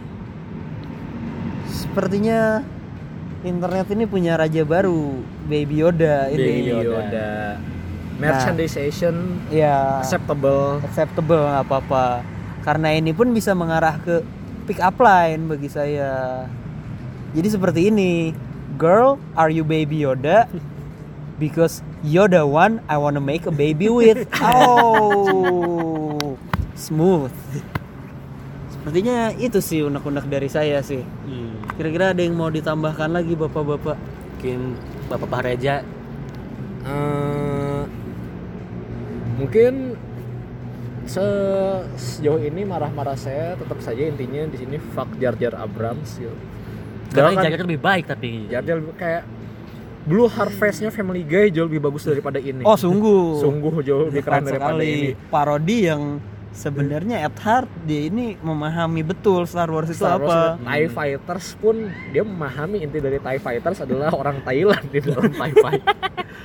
sepertinya internet ini punya raja baru, Baby Yoda ini. Baby Yoda. Merchandisation acceptable nggak apa-apa. Karena ini pun bisa mengarah ke pick up line bagi saya. Jadi seperti ini, girl, are you Baby Yoda? Because you're the one I wanna make a baby with. Oh, smooth. Sepertinya itu sih unek-unek dari saya sih. Kira-kira ada yang mau ditambahkan lagi bapak-bapak? Mungkin Bapak Reja. Mungkin sejauh ini marah-marah saya tetap saja intinya di sini fuck Jar Jar Abrams gitu. Karena Jar Jar lebih baik tapi. Jar Jar kayak Blue Harvest-nya Family Guy jauh lebih bagus daripada ini. Oh sungguh. Sungguh jauh lebih keren daripada ini. Parodi yang sebenarnya at heart dia ini memahami betul Star Wars itu apa. TIE Fighters pun dia memahami inti dari TIE Fighters adalah orang Thailand di dalam TIE Fighter.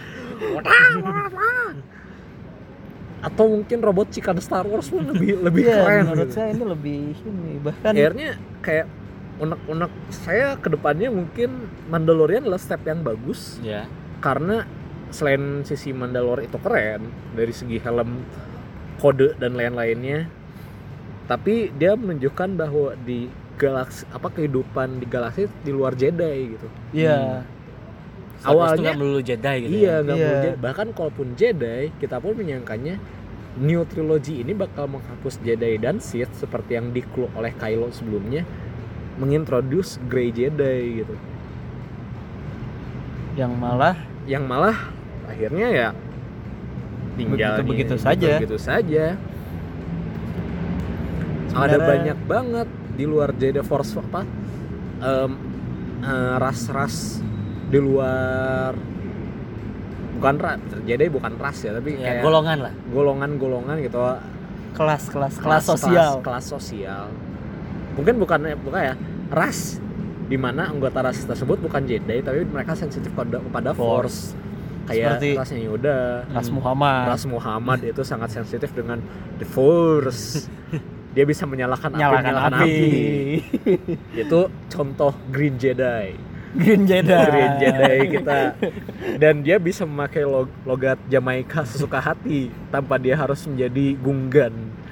Atau mungkin robot cikan Star Wars pun lebih keren. Menurut gitu. saya ini lebih ini bahkan. Akhirnya kayak unek-unek saya kedepannya mungkin Mandalorian adalah step yang bagus. Ya. Karena selain sisi Mandalore itu keren dari segi helm, kode dan lain-lainnya, tapi dia menunjukkan bahwa di galaksi kehidupan di galaksi di luar Jedi gitu. Iya. Awalnya nggak melulu Jedi gitu. Iya, nggak melulu Jedi. Bahkan kalaupun Jedi, kita pun menyangkanya New Trilogy ini bakal menghapus Jedi dan Sith seperti yang di-clue oleh Kylo sebelumnya, mengintroduce Grey Jedi gitu. Yang malah akhirnya ya tinggal begitu saja. Ada banyak banget di luar Jedi Force ras-ras di luar, bukan Jedi bukan ras ya, tapi ya, kayak golongan gitu, kelas sosial. Mungkin bukan ya ras, di mana anggota ras tersebut bukan Jedi tapi mereka sensitif kepada Force. Kayak seperti rasnya Yoda, Ras Muhammad itu sangat sensitif dengan the Force. dia bisa menyalakan api. Itu contoh Green Jedi kita. Dan dia bisa memakai logat Jamaika sesuka hati tanpa dia harus menjadi Gungan.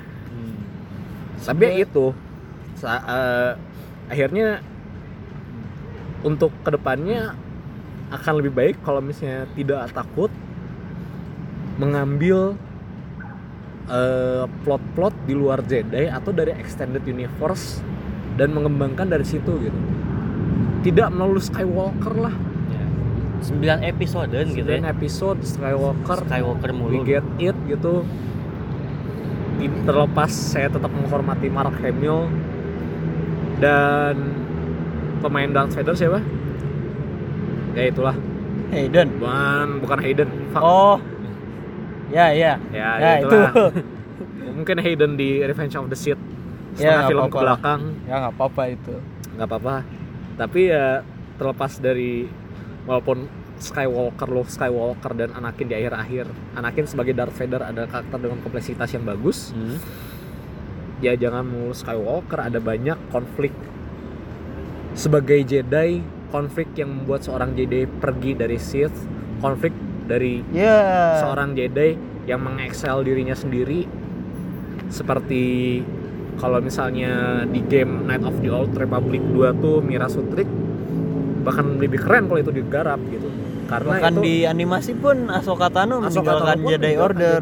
Tapi itu akhirnya untuk kedepannya akan lebih baik kalau misalnya tidak takut mengambil plot-plot di luar Jedi atau dari extended universe dan mengembangkan dari situ gitu. Tidak melulu Skywalker lah. 9 episode gitu ya. 9 episode Skywalker mulu. We get it gitu. Terlepas saya tetap menghormati Mark Hamill dan pemain Darth Vader siapa? Ya itulah. Hayden. Bukan Hayden. Fuck. Oh. Ya itulah. Mungkin Hayden di Revenge of the Sith setengah film ke belakang. Ya nggak apa-apa itu. Nggak apa-apa. Tapi ya terlepas dari walaupun Skywalker dan Anakin di akhir-akhir, Anakin sebagai Darth Vader ada karakter dengan kompleksitas yang bagus. Ya jangan mulu Skywalker, ada banyak konflik sebagai Jedi, konflik yang membuat seorang Jedi pergi dari Sith, konflik dari seorang Jedi yang mengexcel dirinya sendiri, seperti kalau misalnya di game Knights of the Old Republic 2 tuh Mira Sutric bahkan lebih keren kalau itu digarap gitu. Karena bahkan itu, di animasi pun Ahsoka Tano meninggalkan Jedi Order.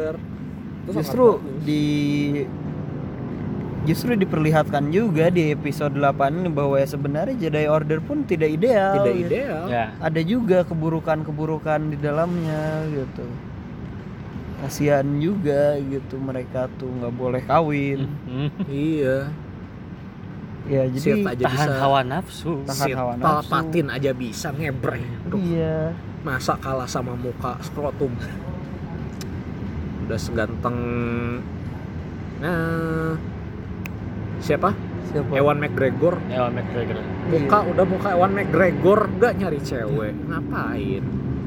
Justru diperlihatkan juga di episode 8 ini bahwa ya sebenarnya Jedi Order pun tidak ideal. Ya. Ada juga keburukan-keburukan di dalamnya gitu. Kasihan juga gitu, mereka tuh nggak boleh kawin. Iya. Ya jadi tahan hawa nafsu. Palpatine aja bisa ngebreng. Iya. Masa kalah sama muka skrotum. Udah seganteng. Siapa? Ewan McGregor. Muka Ewan McGregor gak nyari cewek. Ngapain?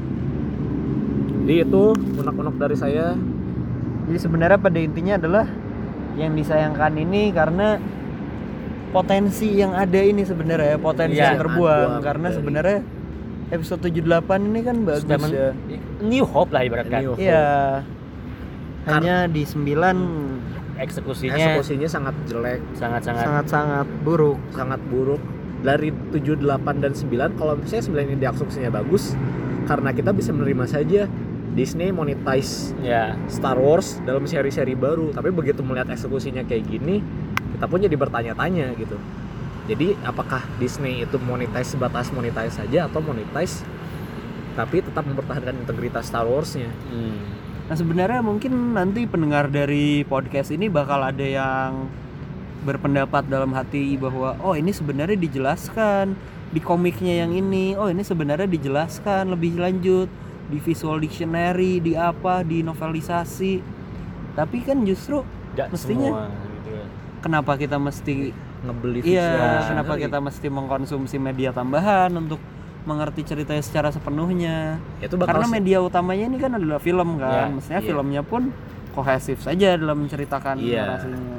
Jadi itu unek-unek dari saya. Jadi sebenarnya pada intinya adalah yang disayangkan ini karena potensi yang ada ini sebenarnya potensi yang terbuang karena sebenarnya episode 78 ini kan bagus ya. New Hope lah ibaratkan. Iya. Hanya di 9 eksekusinya sangat jelek, sangat buruk. Sangat buruk. Dari 7, 8 dan 9 kalau misalnya 9 ini dieksekusinya bagus karena kita bisa menerima saja Disney monetize Star Wars dalam seri-seri baru, tapi begitu melihat eksekusinya kayak gini kita pun jadi bertanya-tanya gitu. Jadi apakah Disney itu monetize sebatas monetize saja atau monetize tapi tetap mempertahankan integritas Star Wars-nya? Nah sebenarnya mungkin nanti pendengar dari podcast ini bakal ada yang berpendapat dalam hati bahwa ini sebenarnya dijelaskan di komiknya yang ini, ini sebenarnya dijelaskan lebih lanjut di visual dictionary, di novelisasi. Tapi kan justru mestinya kenapa kita mesti ngebeli kenapa kita mesti mengkonsumsi media tambahan untuk mengerti ceritanya secara sepenuhnya? Karena media utamanya ini kan adalah film kan, mestinya filmnya pun kohesif saja dalam menceritakan narasinya.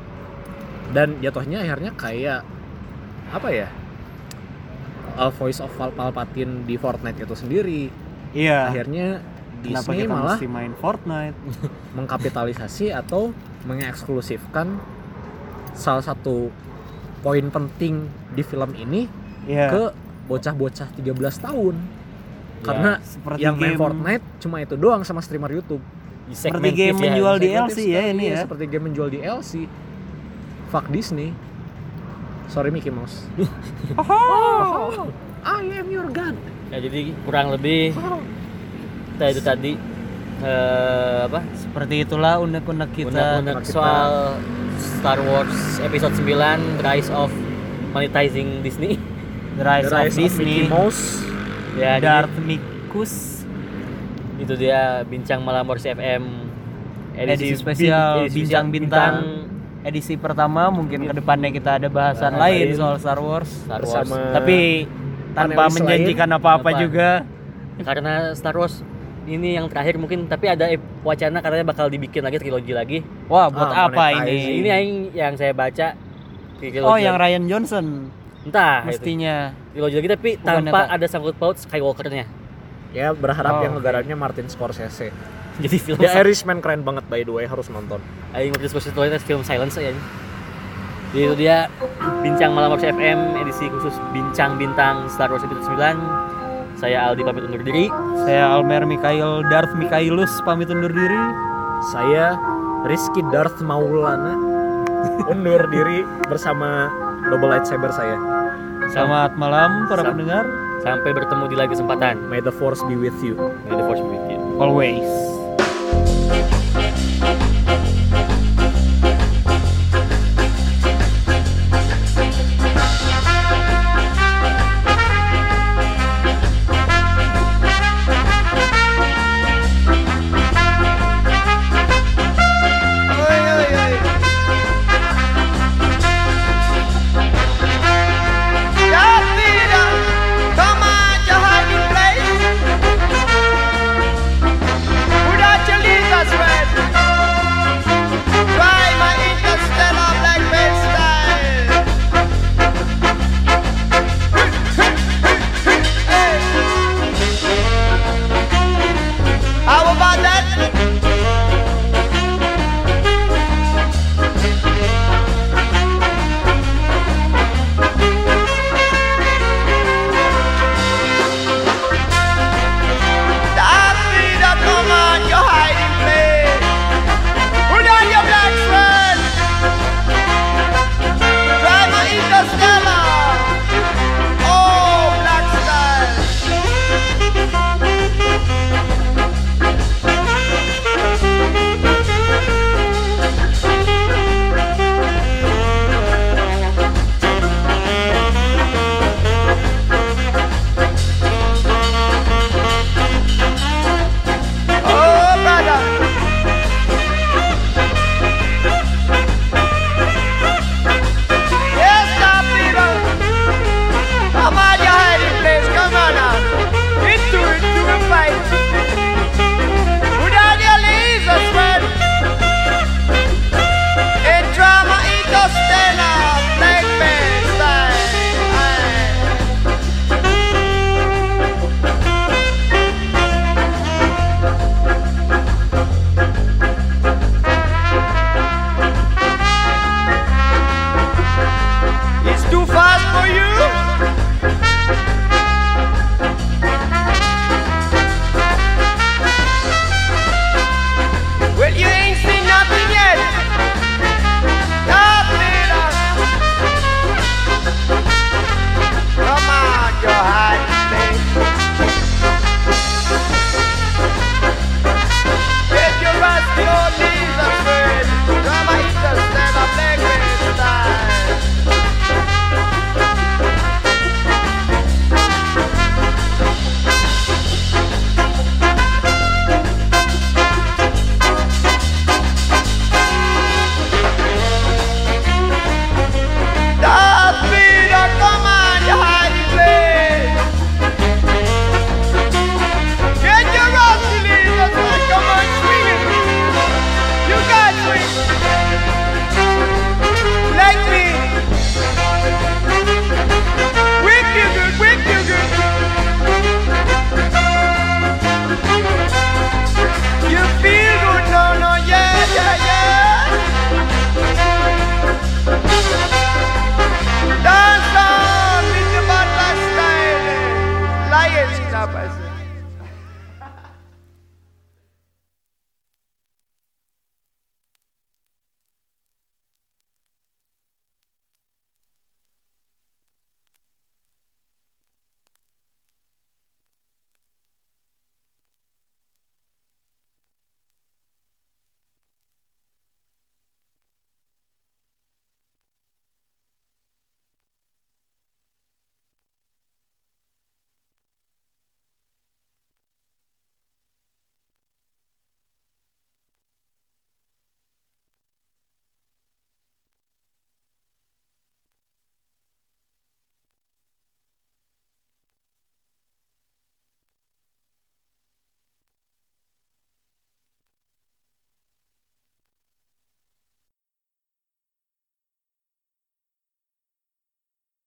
Dan jatuhnya akhirnya kayak apa ya? Voice of Palpatine di Fortnite itu sendiri. Iya. Akhirnya kenapa Disney kita malah mesti main Fortnite? Mengkapitalisasi atau mengeksklusifkan salah satu poin penting di film ini ke bocah-bocah 13 tahun. Karena yang main Fortnite cuma itu doang sama streamer YouTube. Seperti game menjual DLC ini ya. Seperti game menjual DLC. Fuck Disney. Sorry Mickey Mouse. I am your god. Ya jadi kurang lebih itu tadi seperti itulah unek-unek kita soal Star Wars episode 9 Rise of Monetizing Disney. The Rise of Disney. Mickey Mouse. Ya, Darth Mikus. Itu dia bincang malam Morse FM edisi spesial bintang-bintang edisi pertama. Mungkin kedepannya kita ada bahasan lain soal Star Wars. Sama tapi tanpa menjanjikan apa-apa juga. Karena Star Wars ini yang terakhir mungkin, tapi ada wacana katanya bakal dibikin lagi trilogi lagi. Wah, buat apa ini? Ini yang saya baca. Oh, yang Ryan Johnson. Entah. Mestinya trilogi lagi tapi tanpa ada sangkut paut Skywalker-nya. Ya berharap yang negaranya Martin Scorsese. Jadi film The Irishman keren banget by the way, harus nonton. Aing Martin Scorsese itu film Silence ya. Jadi itu dia Bincang Malam Wars FM edisi khusus Bincang Bintang Star Wars Episode 9. Saya Aldi pamit undur diri. Saya Almer Mikhail Darth Mikhailus pamit undur diri. Saya Rizky Darth Maulana undur diri bersama double lightsaber saya. Selamat malam para pendengar. Sampai bertemu di lain kesempatan. May the force be with you. May the force be with you. Always.